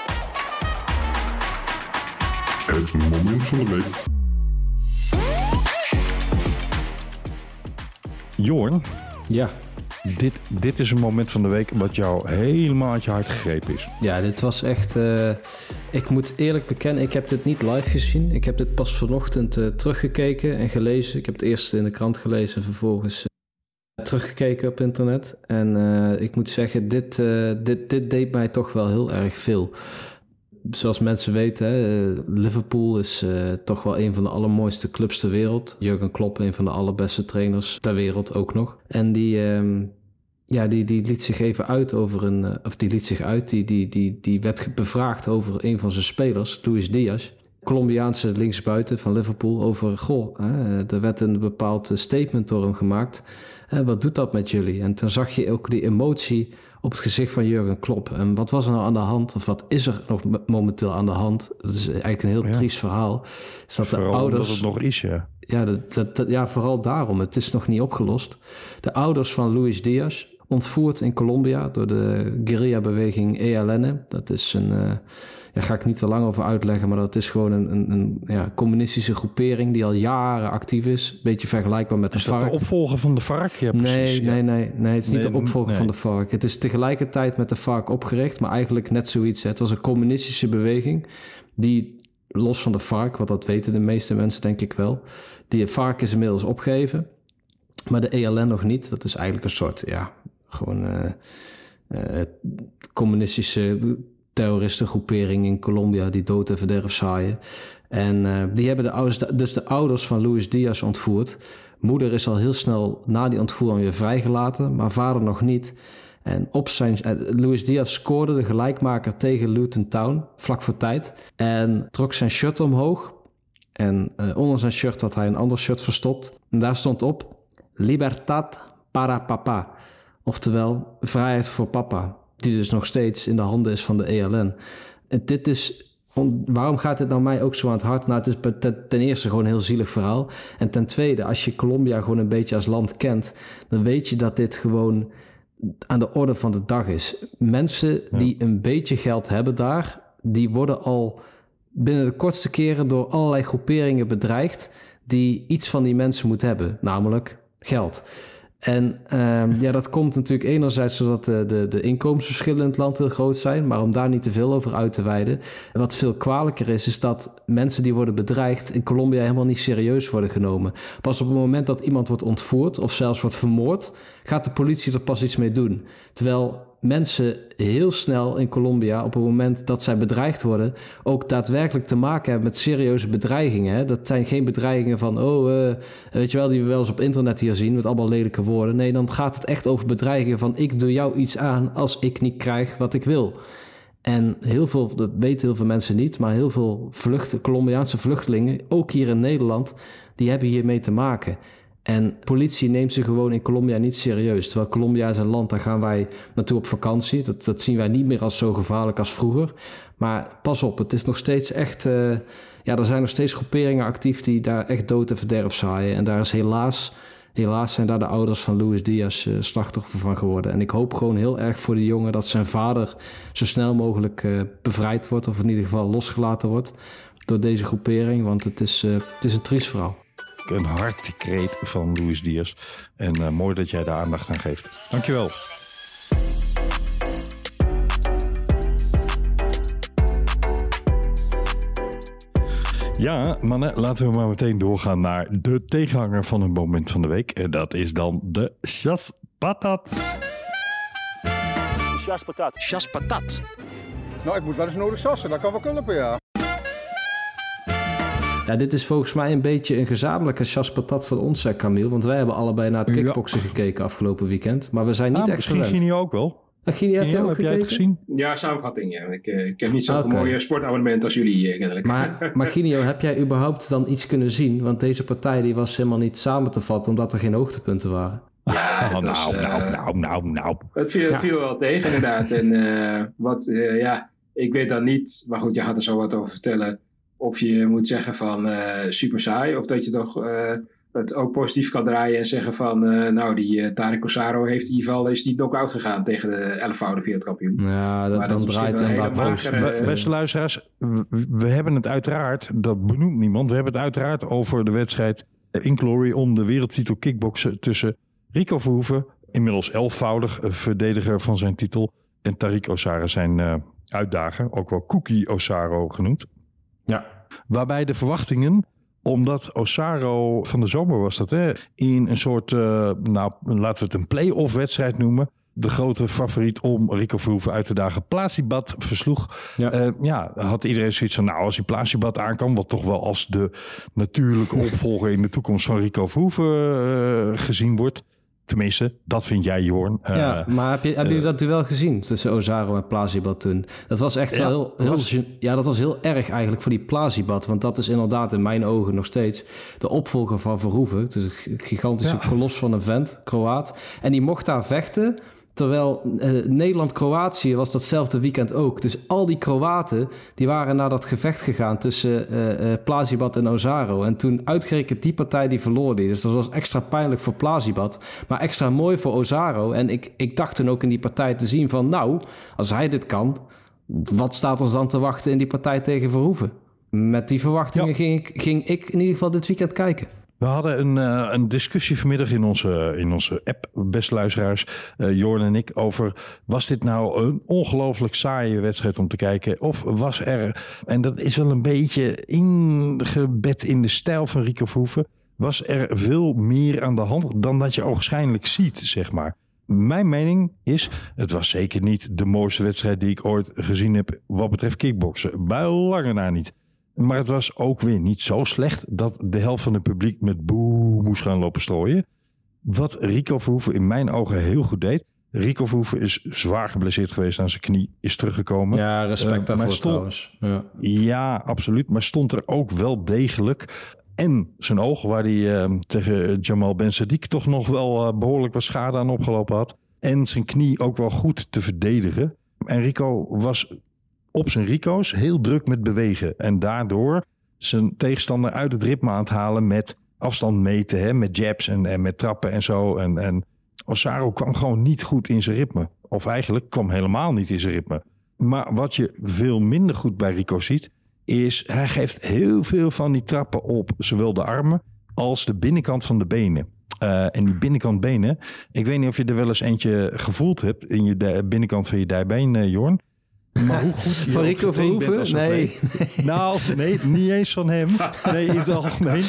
Het moment van de week. Jorn. Ja. Dit is een moment van de week wat jou helemaal uit je hart gegrepen is. Ja, dit was echt... ik moet eerlijk bekennen, ik heb dit niet live gezien. Ik heb dit pas vanochtend teruggekeken en gelezen. Ik heb het eerst in de krant gelezen en vervolgens teruggekeken op internet. En ik moet zeggen, dit deed mij toch wel heel erg veel. Zoals mensen weten, Liverpool is toch wel een van de allermooiste clubs ter wereld. Jurgen Klopp, een van de allerbeste trainers ter wereld ook nog. En die liet zich even uit over die werd bevraagd over een van zijn spelers, Luis Diaz. Colombiaanse linksbuiten van Liverpool over, er werd een bepaald statement door hem gemaakt. Wat doet dat met jullie? En toen zag je ook die emotie op het gezicht van Jurgen Klopp. En wat was er nou aan de hand? Of wat is er nog momenteel aan de hand? Dat is eigenlijk een heel triest verhaal. Is dat vooral de ouders, omdat het nog is, Ja, vooral daarom. Het is nog niet opgelost. De ouders van Luis Diaz, ontvoerd in Colombia door de guerrilla-beweging ELN. Dat is daar ga ik niet te lang over uitleggen, maar dat is gewoon een communistische groepering die al jaren actief is. Een beetje vergelijkbaar met de FARC. Is dat de opvolger van de FARC? Ja, precies, nee, het is niet de opvolger van de FARC. Het is tegelijkertijd met de FARC opgericht, maar eigenlijk net zoiets. Het was een communistische beweging die, los van de FARC, want dat weten de meeste mensen denk ik wel, die FARC is inmiddels opgegeven, maar de ELN nog niet. Dat is eigenlijk een soort, communistische terroristengroepering in Colombia die dood en verderf zaaien. En die hebben de ouders van Luis Diaz ontvoerd. Moeder is al heel snel na die ontvoering weer vrijgelaten, maar vader nog niet. En Luis Diaz scoorde de gelijkmaker tegen Luton Town, vlak voor tijd. En trok zijn shirt omhoog. En onder zijn shirt had hij een ander shirt verstopt. En daar stond op: Libertad para papa. Oftewel, vrijheid voor papa. Die dus nog steeds in de handen is van de ELN. En dit is... Waarom gaat dit nou mij ook zo aan het hart? Nou, het is ten eerste gewoon een heel zielig verhaal. En ten tweede, als je Colombia gewoon een beetje als land kent, dan weet je dat dit gewoon aan de orde van de dag is. Mensen die een beetje geld hebben daar, die worden al binnen de kortste keren door allerlei groeperingen bedreigd die iets van die mensen moeten hebben, namelijk geld. En dat komt natuurlijk enerzijds zodat de inkomensverschillen in het land heel groot zijn, maar om daar niet te veel over uit te wijden. En wat veel kwalijker is dat mensen die worden bedreigd in Colombia helemaal niet serieus worden genomen. Pas op het moment dat iemand wordt ontvoerd of zelfs wordt vermoord, gaat de politie er pas iets mee doen. Terwijl mensen heel snel in Colombia, op het moment dat zij bedreigd worden, ook daadwerkelijk te maken hebben met serieuze bedreigingen. Hè? Dat zijn geen bedreigingen van, weet je wel, die we wel eens op internet hier zien, met allemaal lelijke woorden. Nee, dan gaat het echt over bedreigingen van, ik doe jou iets aan als ik niet krijg wat ik wil. En dat weten heel veel mensen niet, maar heel veel Colombiaanse vluchtelingen, ook hier in Nederland, die hebben hiermee te maken. En politie neemt ze gewoon in Colombia niet serieus. Terwijl Colombia is een land, daar gaan wij naartoe op vakantie. Dat zien wij niet meer als zo gevaarlijk als vroeger. Maar pas op, het is nog steeds echt... er zijn nog steeds groeperingen actief die daar echt dood en verderf zaaien. En daar is helaas zijn daar de ouders van Luis Diaz slachtoffer van geworden. En ik hoop gewoon heel erg voor die jongen dat zijn vader zo snel mogelijk bevrijd wordt. Of in ieder geval losgelaten wordt door deze groepering. Want het is een triest verhaal. Een hartekreet van Luis Diaz. En mooi dat jij daar aandacht aan geeft. Dankjewel. Ja, mannen, laten we maar meteen doorgaan naar de tegenhanger van het moment van de week. En dat is dan de chaspatat. Chaspatat. Nou, ik moet wel eens nodig sassen. Dat kan wel kunnen, ja. Ja, dit is volgens mij een beetje een gezamenlijke chaspatat van ons, Camille. Want wij hebben allebei naar het kickboksen gekeken afgelopen weekend. Maar we zijn niet echt misschien Ginny ook wel. Ginny, heb jij het gezien? Ja, samenvatting. Ja. Ik heb niet zo'n mooie sportabonnement als jullie kennelijk. Maar Ginio, heb jij überhaupt dan iets kunnen zien? Want deze partij die was helemaal niet samen te vatten, omdat er geen hoogtepunten waren. Ja, Het viel wel tegen inderdaad. En ik weet dan niet, maar goed, je gaat er zo wat over vertellen. Of je moet zeggen van super saai, of dat je toch het ook positief kan draaien en zeggen van die Tarek Osaro heeft in ieder geval is die knock-out gegaan tegen de 11-voudige wereldkampioen. Ja, dat draait en beste luisteraars, we hebben het uiteraard, dat benoemt niemand, we hebben het uiteraard over de wedstrijd in Glory om de wereldtitel kickboksen tussen Rico Verhoeven, inmiddels 11-voudig verdediger van zijn titel, en Tariq Osaro, zijn uitdager, ook wel Cookie Osaro genoemd. Ja. Waarbij de verwachtingen, omdat Osaro van de zomer was dat, in een soort, laten we het een play-off wedstrijd noemen, de grote favoriet om Rico Verhoeven uit te dagen, Plasibat versloeg. Ja. Had iedereen zoiets van, als hij Plasibat aan kan, wat toch wel als de natuurlijke opvolger in de toekomst van Rico Verhoeven gezien wordt. Tenminste, dat vind jij, Jorn. Maar heb je dat duel gezien tussen Osaro en Plasibat toen? Dat was echt wel dat was heel erg eigenlijk voor die Plasibat. Want dat is inderdaad in mijn ogen nog steeds de opvolger van Verhoeven. Het is een gigantische kolos van een vent, Kroaat. En die mocht daar vechten Terwijl Nederland-Kroatië was datzelfde weekend ook. Dus al die Kroaten die waren naar dat gevecht gegaan tussen Plazibat en Ozaro. En toen uitgerekend die partij die verloor die. Dus dat was extra pijnlijk voor Plazibat. Maar extra mooi voor Ozaro. En ik dacht toen ook in die partij te zien van... nou, als hij dit kan, wat staat ons dan te wachten in die partij tegen Verhoeven? Met die verwachtingen ging ik in ieder geval dit weekend kijken. We hadden een discussie vanmiddag in onze app, beste luisteraars, Jorn en ik, over was dit nou een ongelooflijk saaie wedstrijd om te kijken? Of was er, en dat is wel een beetje ingebed in de stijl van Rico Verhoeven, was er veel meer aan de hand dan dat je ogenschijnlijk ziet, zeg maar. Mijn mening is, het was zeker niet de mooiste wedstrijd die ik ooit gezien heb wat betreft kickboksen. Bij lange na niet. Maar het was ook weer niet zo slecht dat de helft van het publiek met boe moest gaan lopen strooien. Wat Rico Verhoeven in mijn ogen heel goed deed. Rico Verhoeven is zwaar geblesseerd geweest aan zijn knie, is teruggekomen. Ja, respect daarvoor trouwens. Ja, absoluut. Maar stond er ook wel degelijk. En zijn oog, waar hij tegen Jamal Ben Sadiq toch nog wel behoorlijk wat schade aan opgelopen had. En zijn knie ook wel goed te verdedigen. En Rico was op zijn Rico's heel druk met bewegen. En daardoor zijn tegenstander uit het ritme aan het halen met afstand meten. Hè, met jabs en met trappen en zo. En Ozaro kwam gewoon niet goed in zijn ritme. Of eigenlijk kwam helemaal niet in zijn ritme. Maar wat je veel minder goed bij Rico ziet, is hij geeft heel veel van die trappen op zowel de armen als de binnenkant van de benen. En die binnenkant benen, ik weet niet of je er wel eens eentje gevoeld hebt in je binnenkant van je dijbeen, Jorn. Maar hoe goed je van Rico Verhoeven? Nee. Nou, nee, niet eens van hem. Nee, in het algemeen.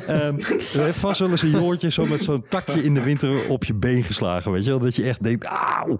Er heeft vast wel eens een joortje zo met zo'n takje in de winter op je been geslagen. Weet je wel? Dat je echt denkt, auw.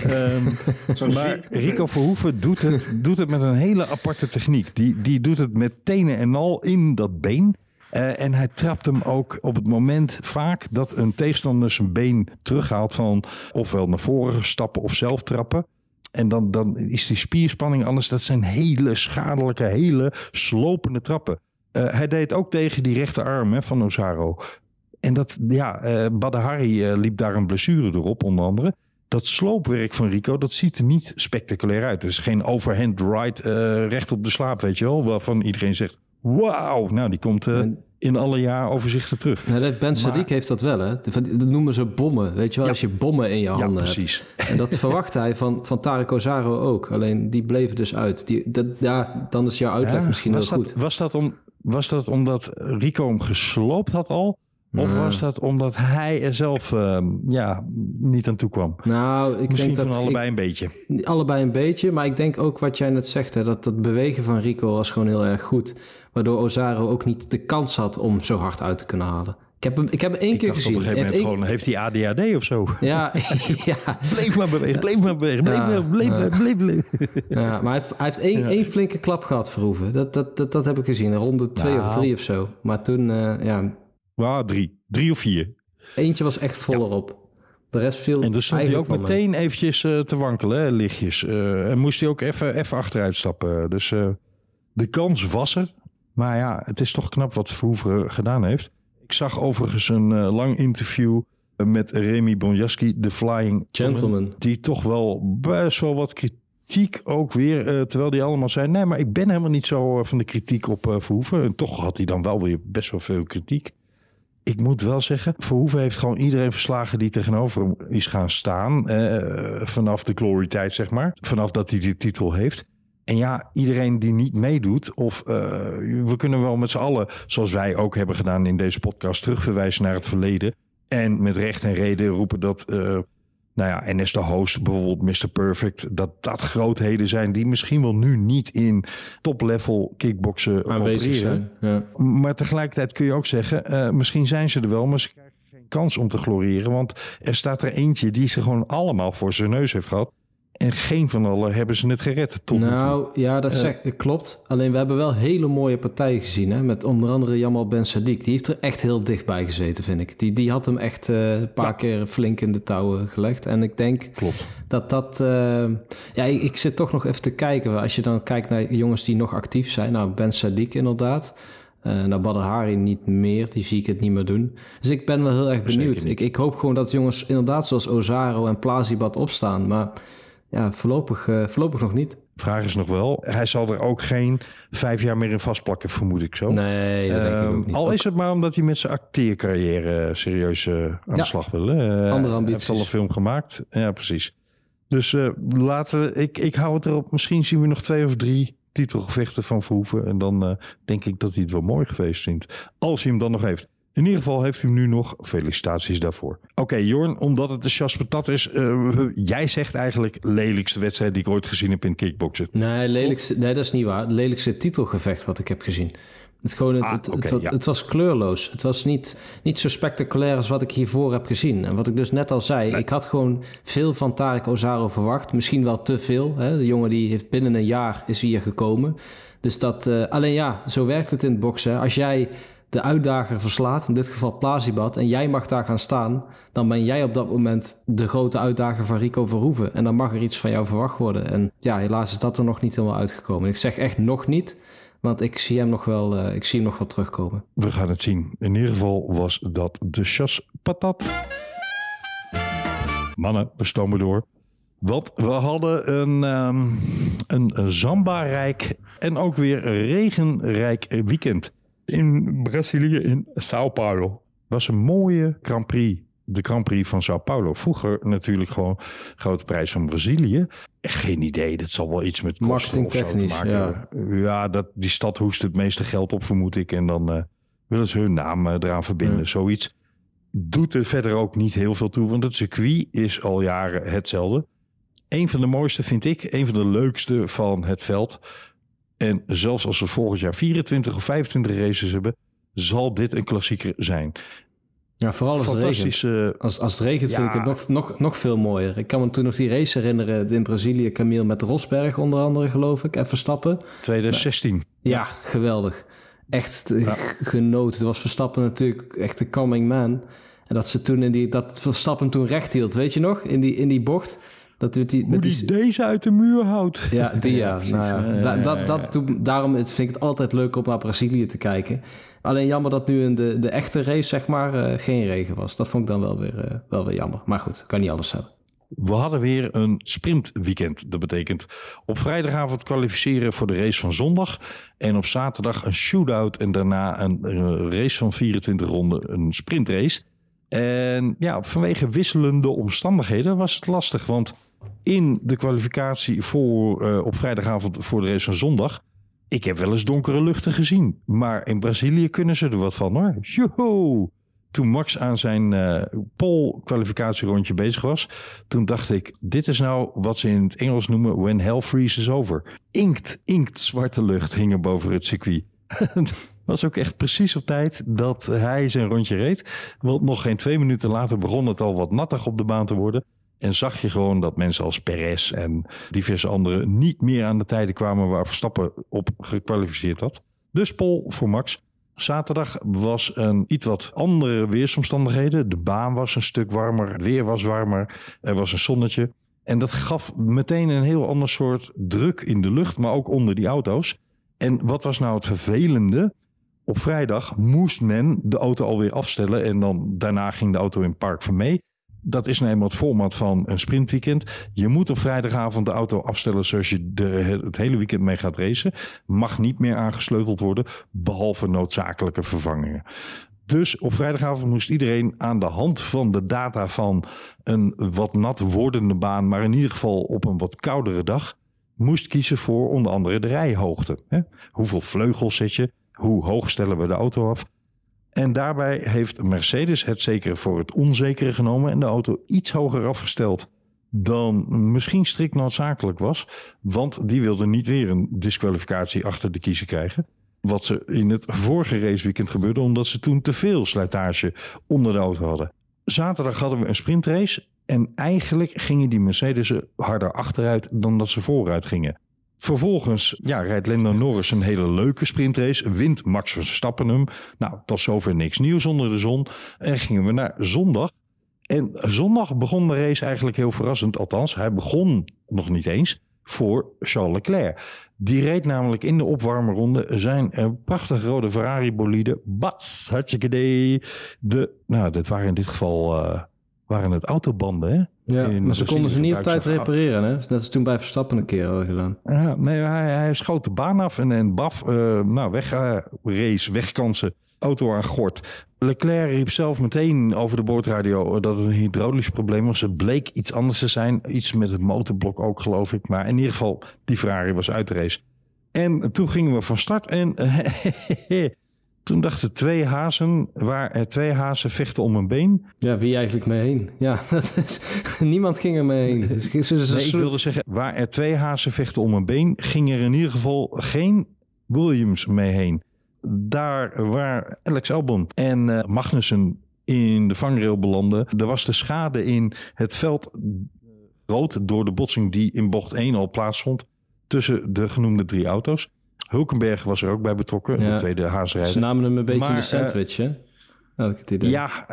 Maar Rico Verhoeven doet het met een hele aparte techniek. Die doet het met tenen en al in dat been. En hij trapt hem ook op het moment vaak dat een tegenstander zijn been terughaalt van ofwel naar voren stappen of zelf trappen. En dan is die spierspanning anders. Dat zijn hele schadelijke, hele slopende trappen. Hij deed ook tegen die rechterarm van Ozaro. En Badahari liep daar een blessure erop, onder andere. Dat sloopwerk van Rico, dat ziet er niet spectaculair uit. Het is geen overhand right recht op de slaap, weet je wel. Waarvan iedereen zegt, wauw. Nou, die komt in alle jaaroverzichten terug. Nou, Ben Sadiq heeft dat wel, hè? Dat noemen ze bommen, weet je wel? Ja. Als je bommen in je handen precies. hebt. En dat verwacht hij van Tarek Ozaro ook. Alleen die bleven dus uit. Dan is jouw uitleg misschien heel goed. Was dat omdat Rico hem gesloopt had al? Of was dat omdat hij er zelf niet aan toe kwam? Nou, ik misschien denk van allebei een beetje. Allebei een beetje, maar ik denk ook wat jij net zegt, hè, dat bewegen van Rico was gewoon heel erg goed. Waardoor Ozaro ook niet de kans had om zo hard uit te kunnen halen. Ik heb hem één keer gezien. Op een gegeven moment heeft hij ADHD of zo? Ja. Bleef maar bewegen. Ja, maar hij heeft één flinke klap gehad, Verhoeven. Dat heb ik gezien. Ronde 2 of 3 of zo. Maar toen, 3 of 4. Eentje was echt volop. De rest viel. En dus stond hij ook meteen eventjes te wankelen, hè, lichtjes. En moest hij ook even achteruit stappen. Dus de kans was er. Maar ja, het is toch knap wat Verhoeven gedaan heeft. Ik zag overigens een lang interview met Remy Bonjasky, de Flying Gentleman. Die toch wel best wel wat kritiek ook weer, terwijl die allemaal zei, nee, maar ik ben helemaal niet zo van de kritiek op Verhoeven. En toch had hij dan wel weer best wel veel kritiek. Ik moet wel zeggen, Verhoeven heeft gewoon iedereen verslagen die tegenover hem is gaan staan. Vanaf de glory-tijd, zeg maar. Vanaf dat hij die titel heeft. En ja, iedereen die niet meedoet, of we kunnen wel met z'n allen, zoals wij ook hebben gedaan in deze podcast, terugverwijzen naar het verleden. En met recht en reden roepen dat, NS de Host, bijvoorbeeld Mr. Perfect, dat grootheden zijn die misschien wel nu niet in top-level kickboksen aanwezig opereren. Zijn. Ja. Maar tegelijkertijd kun je ook zeggen, misschien zijn ze er wel, maar ze krijgen geen kans om te gloriëren. Want er staat er eentje die ze gewoon allemaal voor zijn neus heeft gehad. En geen van allen hebben ze het gered. Dat klopt. Alleen we hebben wel hele mooie partijen gezien. Hè? Met onder andere Jamal Ben Sadiq. Die heeft er echt heel dichtbij gezeten, vind ik. Die had hem echt een paar keer flink in de touwen gelegd. En ik denk dat... ik zit toch nog even te kijken. Als je dan kijkt naar jongens die nog actief zijn. Nou, Ben Sadiq inderdaad. Badr Hari niet meer, die zie ik het niet meer doen. Dus ik ben wel heel erg benieuwd. Ik hoop gewoon dat jongens inderdaad zoals Ozaro en Plasibat opstaan. Maar ja, voorlopig nog niet. Vraag is nog wel, hij zal er ook geen 5 jaar meer in vastplakken, vermoed ik zo. Nee, dat denk ik ook niet. Al is het maar omdat hij met zijn acteercarrière serieus aan de slag wil. Andere ambities. Hij heeft al een film gemaakt. Ja, precies. Dus laten we, ik hou het erop. Misschien zien we nog 2 of 3 titelgevechten van Verhoeven. En dan denk ik dat hij het wel mooi geweest vindt. Als hij hem dan nog heeft. In ieder geval heeft hij hem nu nog. Felicitaties daarvoor. Oké, Jorn, omdat het de chasse patat is. Jij zegt eigenlijk lelijkste wedstrijd die ik ooit gezien heb in kickboksen. Nee, dat is niet waar. Het lelijkste titelgevecht wat ik heb gezien. Het was kleurloos. Het was niet zo spectaculair als wat ik hiervoor heb gezien. En wat ik dus net al zei, ik had gewoon veel van Tarek Ozaro verwacht. Misschien wel te veel. Hè? De jongen die heeft binnen een jaar is hier gekomen. Dus dat, alleen ja, zo werkt het in het boksen. Als jij de uitdager verslaat, in dit geval Plasibat, en jij mag daar gaan staan, dan ben jij op dat moment de grote uitdager van Rico Verhoeven. En dan mag er iets van jou verwacht worden. En ja, helaas is dat er nog niet helemaal uitgekomen. Ik zeg echt nog niet, want ik zie hem nog wel terugkomen. We gaan het zien. In ieder geval was dat de chasse patat. Mannen, we stomen door. Want we hadden een zamba-rijk en ook weer regenrijk weekend. In Brazilië, in São Paulo. Was een mooie Grand Prix. De Grand Prix van São Paulo. Vroeger natuurlijk gewoon grote prijs van Brazilië. Geen idee, dat zal wel iets met kosten of zo te maken hebben. Ja, die stad hoest het meeste geld op, vermoed ik. En dan willen ze hun naam eraan verbinden. Zoiets doet er verder ook niet heel veel toe. Want het circuit is al jaren hetzelfde. Een van de mooiste vind ik. Een van de leukste van het veld. En zelfs als we volgend jaar 24 of 25 races hebben, zal dit een klassieker zijn. Ja, vooral als het regent. Als het regent vind ik het nog veel mooier. Ik kan me toen nog die race herinneren in Brazilië. Camille met Rosberg onder andere, geloof ik. En Verstappen. 2016. Ja, geweldig. Echt genoten. Er was Verstappen natuurlijk echt de coming man. En dat ze toen dat Verstappen toen recht hield. Weet je nog? In die bocht. Hoe die deze uit de muur houdt. Ja, daarom vind ik het altijd leuk om naar Brazilië te kijken. Alleen jammer dat nu in de echte race, zeg maar, geen regen was. Dat vond ik dan wel weer jammer. Maar goed, kan niet alles hebben. We hadden weer een sprintweekend. Dat betekent op vrijdagavond kwalificeren voor de race van zondag. En op zaterdag een shootout en daarna een race van 24 ronden, een sprintrace. En ja, vanwege wisselende omstandigheden was het lastig. Want in de kwalificatie op vrijdagavond voor de race van zondag, ik heb wel eens donkere luchten gezien. Maar in Brazilië kunnen ze er wat van, hoor. Joho! Toen Max aan zijn pole-kwalificatierondje bezig was, toen dacht ik, dit is nou wat ze in het Engels noemen when hell freezes over. Inkt zwarte lucht hing er boven het circuit. Was ook echt precies op tijd dat hij zijn rondje reed. Want nog geen 2 minuten later begon het al wat nattig op de baan te worden. En zag je gewoon dat mensen als Perez en diverse anderen niet meer aan de tijden kwamen waar Verstappen op gekwalificeerd had. Dus pole voor Max. Zaterdag was een iets wat andere weersomstandigheden. De baan was een stuk warmer, het weer was warmer, er was een zonnetje. En dat gaf meteen een heel ander soort druk in de lucht, maar ook onder die auto's. En wat was nou het vervelende? Op vrijdag moest men de auto alweer afstellen en dan daarna ging de auto in Park Vermee. Dat is nou eenmaal het format van een sprintweekend. Je moet op vrijdagavond de auto afstellen zoals je het hele weekend mee gaat racen. Mag niet meer aangesleuteld worden, behalve noodzakelijke vervangingen. Dus op vrijdagavond moest iedereen aan de hand van de data van een wat nat wordende baan, maar in ieder geval op een wat koudere dag, moest kiezen voor onder andere de rijhoogte. Hoeveel vleugels zet je? Hoe hoog stellen we de auto af? En daarbij heeft Mercedes het zekere voor het onzekere genomen en de auto iets hoger afgesteld dan misschien strikt noodzakelijk was. Want die wilde niet weer een disqualificatie achter de kiezer krijgen. Wat ze in het vorige raceweekend gebeurde, omdat ze toen te veel slijtage onder de auto hadden. Zaterdag hadden we een sprintrace en eigenlijk gingen die Mercedes'en harder achteruit dan dat ze vooruit gingen. Vervolgens rijdt Lando Norris een hele leuke sprintrace. Wint Max Verstappen hem. Nou, tot zover niks nieuws onder de zon. En gingen we naar zondag. En zondag begon de race eigenlijk heel verrassend. Althans, hij begon nog niet eens. voor Charles Leclerc. Die reed namelijk in de opwarmerronde zijn prachtig rode Ferrari bolide. Bats, hartstikke idee. Dit waren in dit geval waren het autobanden, hè? Ja, maar ze konden ze niet op tijd repareren, hè? Net als toen bij Verstappen een keer hadden gedaan. Ja, nee, hij schoot de baan af en baf, race, wegkansen, auto aan gort. Leclerc riep zelf meteen over de boordradio dat het een hydraulisch probleem was. Het bleek iets anders te zijn, iets met het motorblok ook, geloof ik. Maar in ieder geval, die Ferrari was uit de race. En toen gingen we van start en toen dachten twee hazen, twee hazen vechten om een been. Ja, wie eigenlijk mee heen? Ja, niemand ging er mee heen. Nee, ik wilde zeggen, waar er twee hazen vechten om een been, ging er in ieder geval geen Williams mee heen. Daar waar Alex Albon en Magnussen in de vangrail belanden. Er was de schade in het veld groot door de botsing die in bocht 1 al plaatsvond tussen de genoemde 3 auto's. Hulkenberg was er ook bij betrokken, de tweede haasrijder. Ze namen hem een beetje in de sandwich, hè? Had ik het idee. Ja,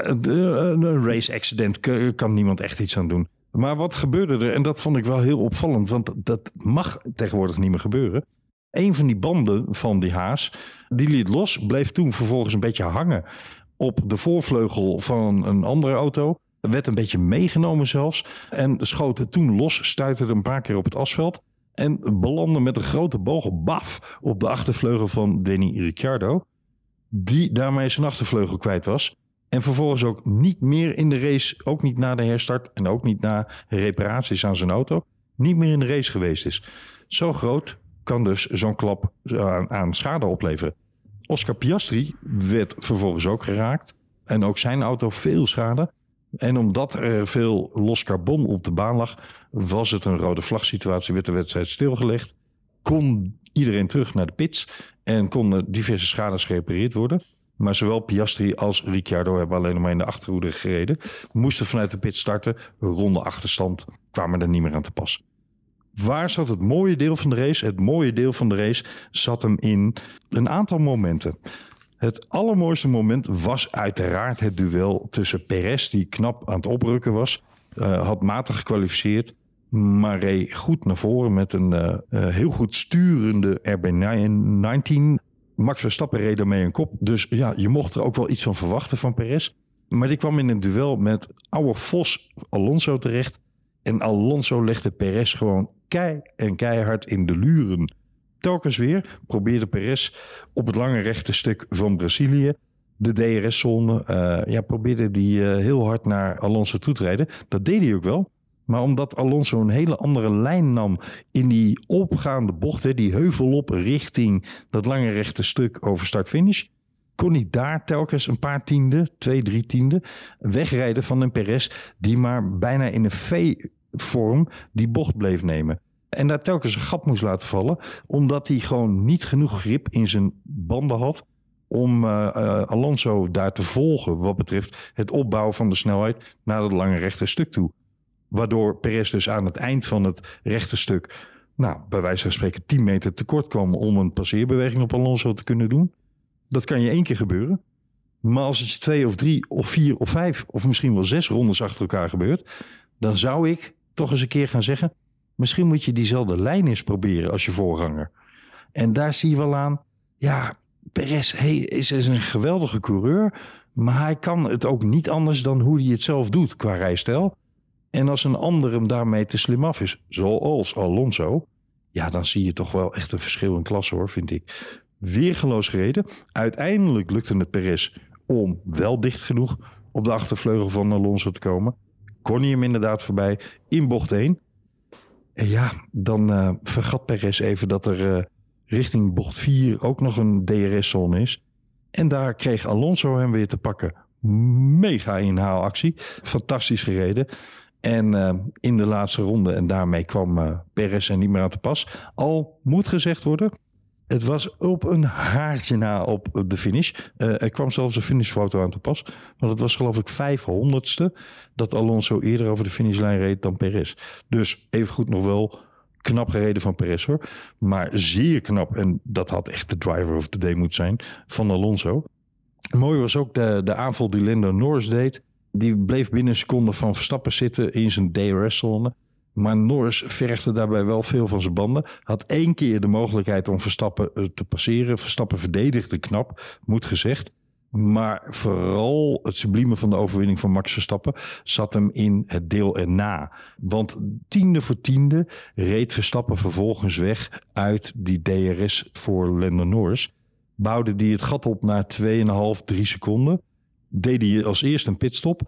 een race accident kan niemand echt iets aan doen. Maar wat gebeurde er? En dat vond ik wel heel opvallend, want dat mag tegenwoordig niet meer gebeuren. Een van die banden van die haas, die liet los, bleef toen vervolgens een beetje hangen op de voorvleugel van een andere auto. Werd een beetje meegenomen zelfs en schoot toen los, stuitte er een paar keer op het asfalt en belandde met een grote boog baf op de achtervleugel van Danny Ricciardo, die daarmee zijn achtervleugel kwijt was. En vervolgens ook niet meer in de race, ook niet na de herstart en ook niet na reparaties aan zijn auto, niet meer in de race geweest is. Zo groot kan dus zo'n klap aan schade opleveren. Oscar Piastri werd vervolgens ook geraakt. En ook zijn auto veel schade. En omdat er veel los carbon op de baan lag, was het een rode vlag situatie. Werd de wedstrijd stilgelegd. Kon iedereen terug naar de pits. En konden diverse schades gerepareerd worden. Maar zowel Piastri als Ricciardo hebben alleen maar in de achterhoede gereden. Moesten vanuit de pit starten. Ronde achterstand, kwamen er niet meer aan te pas. Waar zat het mooie deel van de race? Het mooie deel van de race zat hem in een aantal momenten. Het allermooiste moment was uiteraard het duel tussen Perez, die knap aan het oprukken was. Had matig gekwalificeerd, maar reed goed naar voren met een heel goed sturende RB19. Max Verstappen reed daarmee een kop. Dus ja, je mocht er ook wel iets van verwachten van Perez. Maar die kwam in een duel met oude Vos Alonso terecht. En Alonso legde Perez gewoon keihard in de luren. Telkens weer probeerde Perez op het lange rechte stuk van Brazilië, de DRS-zone, probeerde die heel hard naar Alonso toe te rijden. Dat deed hij ook wel. Maar omdat Alonso een hele andere lijn nam in die opgaande bocht, die heuvel op richting dat lange rechte stuk over start-finish, kon hij daar telkens een paar tienden, 2-3 tienden, wegrijden van een Perez die maar bijna in een V-vorm die bocht bleef nemen. En daar telkens een gat moest laten vallen, omdat hij gewoon niet genoeg grip in zijn banden had om Alonso daar te volgen wat betreft het opbouwen van de snelheid naar dat lange rechte stuk toe. Waardoor Perez dus aan het eind van het rechte stuk, bij wijze van spreken 10 meter tekort kwam om een passeerbeweging op Alonso te kunnen doen. Dat kan je 1 keer gebeuren. Maar als het 2 of 3 of 4 of 5 of misschien wel 6 rondes achter elkaar gebeurt, dan zou ik toch eens een keer gaan zeggen, misschien moet je diezelfde lijn eens proberen als je voorganger. En daar zie je wel aan, Perez is een geweldige coureur, maar hij kan het ook niet anders dan hoe hij het zelf doet qua rijstijl. En als een ander hem daarmee te slim af is, zoals Alonso, dan zie je toch wel echt een verschil in klasse, hoor, vind ik. Weergeloos gereden. Uiteindelijk lukte het Perez om wel dicht genoeg op de achtervleugel van Alonso te komen. Kon hij hem inderdaad voorbij in bocht 1. En dan vergat Perez even dat er richting bocht 4 ook nog een DRS-zone is. En daar kreeg Alonso hem weer te pakken. Mega inhaalactie. Fantastisch gereden. En in de laatste ronde, en daarmee kwam Perez er niet meer aan te pas. Al moet gezegd worden, het was op een haartje na op de finish. Er kwam zelfs een finishfoto aan te pas. Want het was geloof ik 500ste dat Alonso eerder over de finishlijn reed dan Perez. Dus evengoed nog wel knap gereden van Perez, hoor. Maar zeer knap, en dat had echt de driver of the day moeten zijn, van Alonso. Mooi was ook de aanval die Lando Norris deed. Die bleef binnen een seconde van Verstappen zitten in zijn DRS-zone. Maar Norris vergde daarbij wel veel van zijn banden. Had 1 keer de mogelijkheid om Verstappen te passeren. Verstappen verdedigde knap, moet gezegd. Maar vooral het sublieme van de overwinning van Max Verstappen zat hem in het deel erna. Want 10e voor 10e reed Verstappen vervolgens weg uit die DRS voor Lando Norris. Bouwde die het gat op na 2,5, 3 seconden. Deed hij als eerste een pitstop.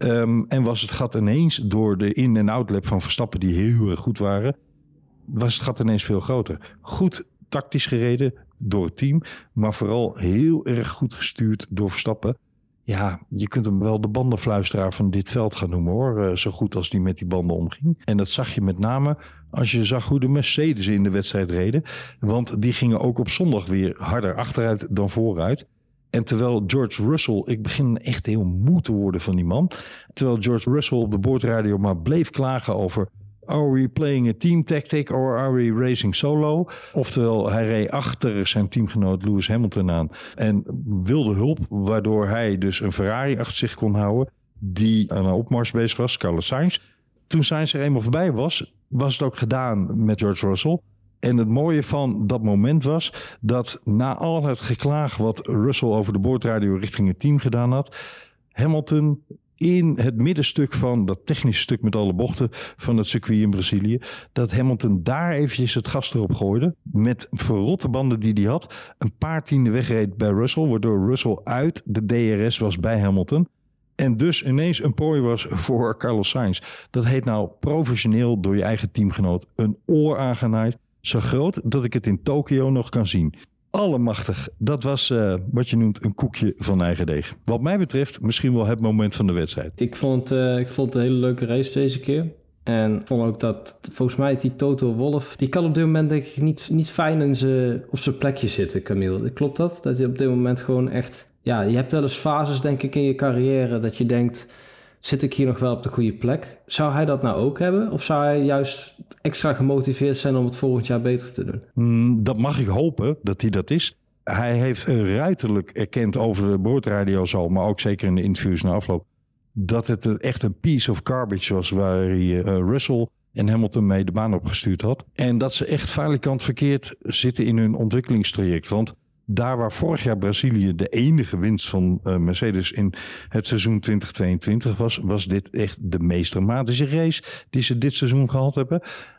En was het gat ineens door de in- en outlap van Verstappen die heel erg goed waren. Was het gat ineens veel groter. Goed tactisch gereden door het team. Maar vooral heel erg goed gestuurd door Verstappen. Ja, je kunt hem wel de bandenfluisteraar van dit veld gaan noemen hoor. Zo goed als die met die banden omging. En dat zag je met name als je zag hoe de Mercedes in de wedstrijd reden. Want die gingen ook op zondag weer harder achteruit dan vooruit. En terwijl George Russell, ik begin echt heel moe te worden van die man. Terwijl George Russell op de boordradio maar bleef klagen over... Are we playing a team tactic or are we racing solo? Oftewel, hij reed achter zijn teamgenoot Lewis Hamilton aan. En wilde hulp, waardoor hij dus een Ferrari achter zich kon houden. Die aan een opmars bezig was, Carlos Sainz. Toen Sainz er eenmaal voorbij was, was het ook gedaan met George Russell. En het mooie van dat moment was dat na al het geklaag wat Russell over de boordradio richting het team gedaan had, Hamilton in het middenstuk van dat technische stuk met alle bochten van het circuit in Brazilië, dat Hamilton daar eventjes het gas erop gooide met verrotte banden die hij had. Een paar tienden wegreed bij Russell, waardoor Russell uit de DRS was bij Hamilton. En dus ineens een prooi was voor Carlos Sainz. Dat heet nou professioneel door je eigen teamgenoot een oor aangenaaid. Zo groot dat ik het in Tokio nog kan zien. Allemachtig. Dat was wat je noemt een koekje van eigen deeg. Wat mij betreft misschien wel het moment van de wedstrijd. Ik vond het een hele leuke race deze keer. En vond ook dat, volgens mij die Toto Wolff, die kan op dit moment denk ik niet fijn op zijn plekje zitten, Camille. Klopt dat? Dat hij op dit moment gewoon echt... Ja, je hebt wel eens fases denk ik in je carrière dat je denkt... Zit ik hier nog wel op de goede plek? Zou hij dat nou ook hebben? Of zou hij juist extra gemotiveerd zijn om het volgend jaar beter te doen? Dat mag ik hopen dat hij dat is. Hij heeft ruiterlijk erkend over de boordradio's al, maar ook zeker in de interviews na afloop, dat het echt een piece of garbage was waar hij Russell en Hamilton mee de baan op gestuurd had. En dat ze echt falikant verkeerd zitten in hun ontwikkelingstraject. Want daar waar vorig jaar Brazilië de enige winst van Mercedes in het seizoen 2022 was dit echt de meest dramatische race die ze dit seizoen gehad hebben.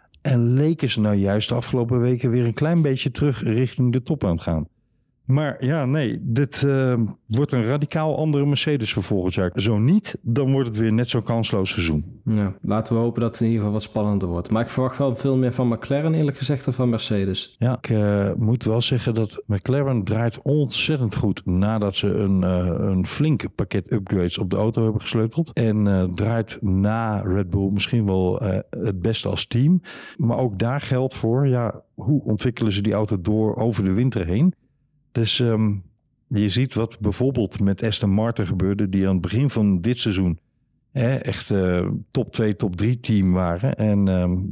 En leken ze nou juist de afgelopen weken weer een klein beetje terug richting de top aan het gaan. Maar ja, nee, dit wordt een radicaal andere Mercedes voor volgend jaar. Zo niet, dan wordt het weer net zo'n kansloos seizoen. Ja, laten we hopen dat het in ieder geval wat spannender wordt. Maar ik verwacht wel veel meer van McLaren eerlijk gezegd dan van Mercedes. Ja, ik moet wel zeggen dat McLaren draait ontzettend goed nadat ze een flink pakket upgrades op de auto hebben gesleuteld. En draait na Red Bull misschien wel het beste als team. Maar ook daar geldt voor, ja, hoe ontwikkelen ze die auto door over de winter heen? Dus je ziet wat bijvoorbeeld met Aston Martin gebeurde, die aan het begin van dit seizoen echt top 2, top 3 team waren. En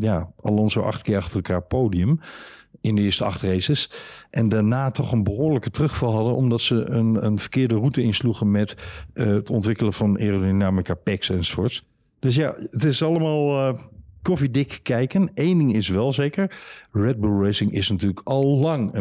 Alonso 8 keer achter elkaar podium in de eerste 8 races. En daarna toch een behoorlijke terugval hadden, omdat ze een verkeerde route insloegen met het ontwikkelen van aerodynamica packs enzovoorts. Dus ja, het is allemaal koffiedik kijken. Eén ding is wel zeker. Red Bull Racing is natuurlijk al lang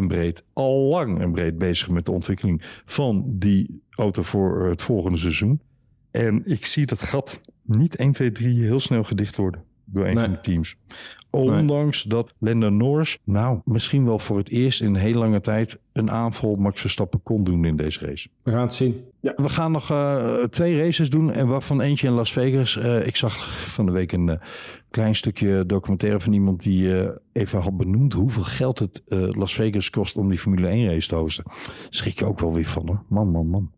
en breed bezig met de ontwikkeling van die auto voor het volgende seizoen. En ik zie dat gat niet 1, 2, 3 heel snel gedicht worden door een van de teams. Ondanks dat Lando Norris misschien wel voor het eerst in een hele lange tijd een aanval op Max Verstappen kon doen in deze race. We gaan het zien. Ja. We gaan nog 2 races doen en waarvan eentje in Las Vegas. Ik zag van de week een klein stukje documentaire van iemand die even had benoemd hoeveel geld het Las Vegas kost om die Formule 1 race te hosten. Schrik je ook wel weer van hoor. Man.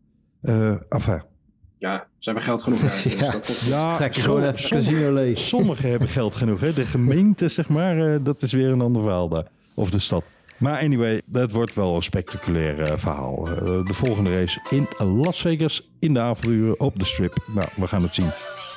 Ja, ze hebben geld genoeg. Trek je gewoon even casino leeg. Sommigen hebben geld genoeg. Hè? De gemeente, zeg maar, dat is weer een ander verhaal daar. Of de stad. Maar anyway, dat wordt wel een spectaculair verhaal. De volgende race in Las Vegas in de avonduren op de strip. Nou, we gaan het zien.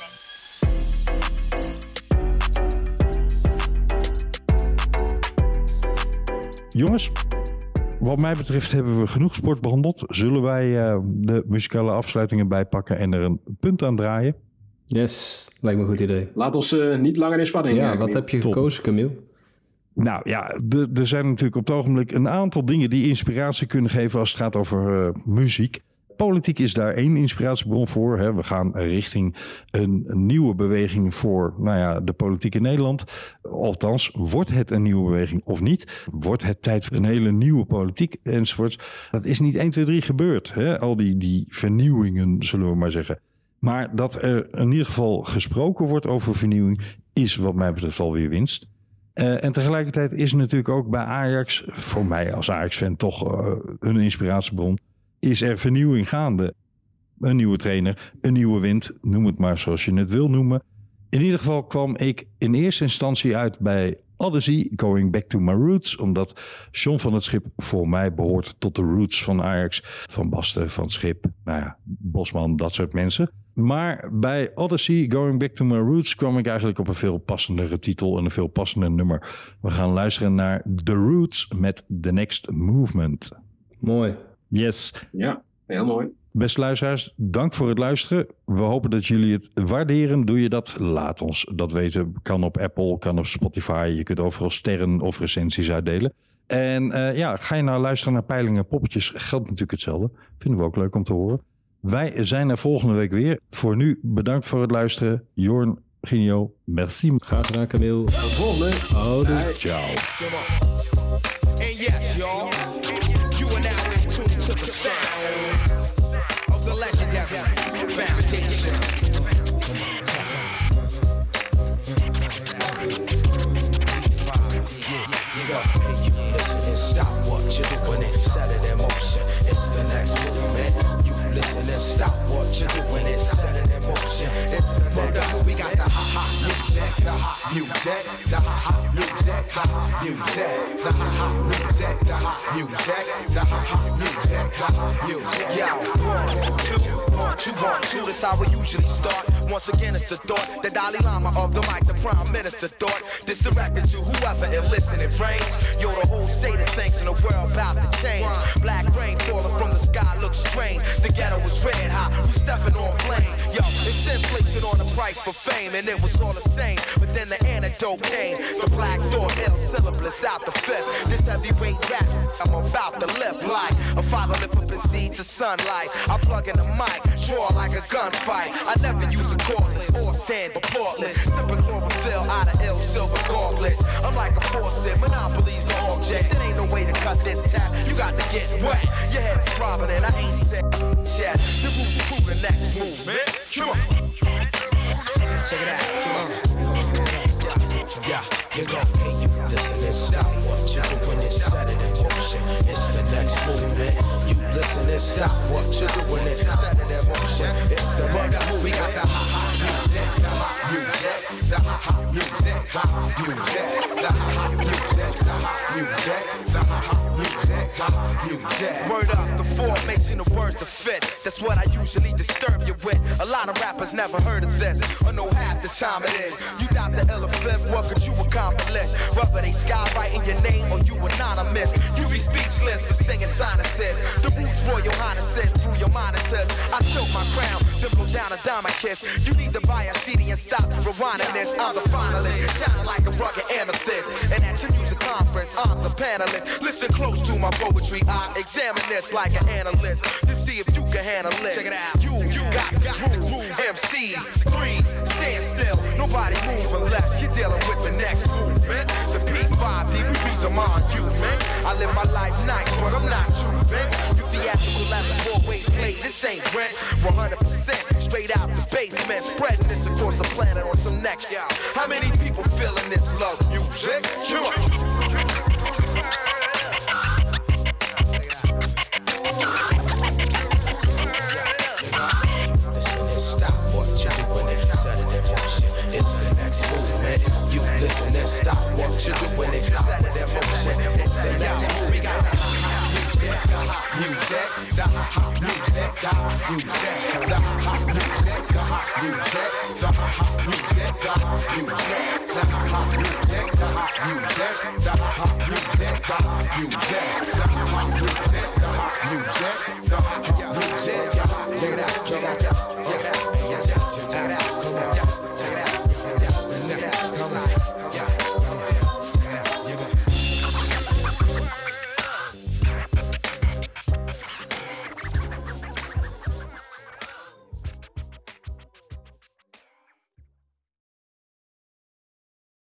Jongens, wat mij betreft hebben we genoeg sport behandeld. Zullen wij de muzikale afsluitingen bijpakken en er een punt aan draaien? Yes, Lijkt me een goed idee. Laat ons niet langer in spanning. Ja, wat heb je gekozen, Camille? Nou ja, er zijn natuurlijk op het ogenblik een aantal dingen die inspiratie kunnen geven als het gaat over muziek. Politiek is daar één inspiratiebron voor. Hè. We gaan richting een nieuwe beweging voor de politiek in Nederland. Althans, wordt het een nieuwe beweging of niet? Wordt het tijd voor een hele nieuwe politiek enzovoorts? Dat is niet 1, 2, 3 gebeurd. Hè. Al die vernieuwingen, zullen we maar zeggen. Maar dat er in ieder geval gesproken wordt over vernieuwing is wat mij betreft alweer winst. En tegelijkertijd is natuurlijk ook bij Ajax, voor mij als Ajax-fan toch een inspiratiebron, is er vernieuwing gaande. Een nieuwe trainer, een nieuwe wind, noem het maar zoals je het wil noemen. In ieder geval kwam ik in eerste instantie uit bij Odyssey, Going Back to My Roots, omdat John van het Schip voor mij behoort tot de roots van Ajax. Van Basten, van Schip, Bosman, dat soort mensen. Maar bij Odyssey, Going Back to My Roots, kwam ik eigenlijk op een veel passendere titel en een veel passender nummer. We gaan luisteren naar The Roots met The Next Movement. Mooi. Yes. Ja, heel mooi. Beste luisteraars, dank voor het luisteren. We hopen dat jullie het waarderen. Doe je dat? Laat ons dat weten. Kan op Apple, kan op Spotify. Je kunt overal sterren of recensies uitdelen. En ga je nou luisteren naar peilingen en poppetjes, geldt natuurlijk hetzelfde. Vinden we ook leuk om te horen. Wij zijn er volgende week weer. Voor nu bedankt voor het luisteren. Jorn, Ginio, merci. Graag gedaan, Camille. Tot de volgende. Ciao. And yes, y'all, you are now in tune to the sound of the legendary Foundation. Hey, you listen and stop what you're doing and set it in motion. It's the next movement. You listen and stop what you're doing and set it in motion. It's the next. We got the ha music, the hot music, the hot music, hot music, the hot music, the hot music, the hot music, hot music. Yo, 1, 2, 1, 2, 1, 2. That's how we usually start. Once again, it's the thought, the Dalai Lama of the mic, the Prime Minister thought. This directed to whoever it listening frames. Yo, the whole state of things in the world about to change. Black rain falling from the sky looks strange. The ghetto was red hot, we stepping on flame. Yo, it's inflation on the price for fame, and it was all the same. But then the antidote came. The black thought, ill syllabus out the fifth. This heavyweight rap, I'm about to live like a father lift up his seed to sunlight. I plug in the mic, draw like a gunfight. I never use a cordless or stand portless. Sipping chlorophyll out of ill silver gauntlets. I'm like a faucet, monopolies the object. There ain't no way to cut this tap, you got to get wet. Your head is throbbing and I ain't said yet. The roots to the next movement. Come on. Check it out, come on. Yeah, you go, hey, you listen and stop what you're doing and set it in motion. It's the next movement. You listen and stop what you're doing and set it in motion. It's the next movement. We got the hot music, the hot music, the hot music, hot music, the hot music, the hot music, the hot music, hot music. Word up, the formation of words to fit. That's what I usually disturb you with. A lot of rappers never heard of this, or know half the time it is. You doubt the elephant, what could you accomplish? Whether they skywriting your name or you anonymous, you be speechless for singing sinuses. The roots royal highnesses through your monitors. I tilt my crown, then blow down a diamond kiss. You need to buy a CD and stop rewinding this. I'm the finalist, shine like a rugged amethyst. And at your music conference, I'm the panelist. Listen close to my poetry, I examine this like an analyst to see if you can handle it. Check it out, you got the groove. MCs, threes, stand still. Nobody move unless you're dealing with the next movement. The P5D, we beat them on you, man. I live my life nice, but I'm not you, man. You theatrical as a 4-way play, this ain't rent. 100% straight out the basement, spreading this across the planet on some next. How many people feeling this love music? Come on. Stop what you're doing and set it in motion. It's the next movement. You listen and stop what you're doing and set it in motion. It's the next movement. We got the hot music, the hot music, the hot music, the hot music, the hot music, the hot music, the hot music, the hot music, the hot music, the hot music, the hot music, the hot music, the hot music, the hot music, the hot music. Check it out, check it out, check it out.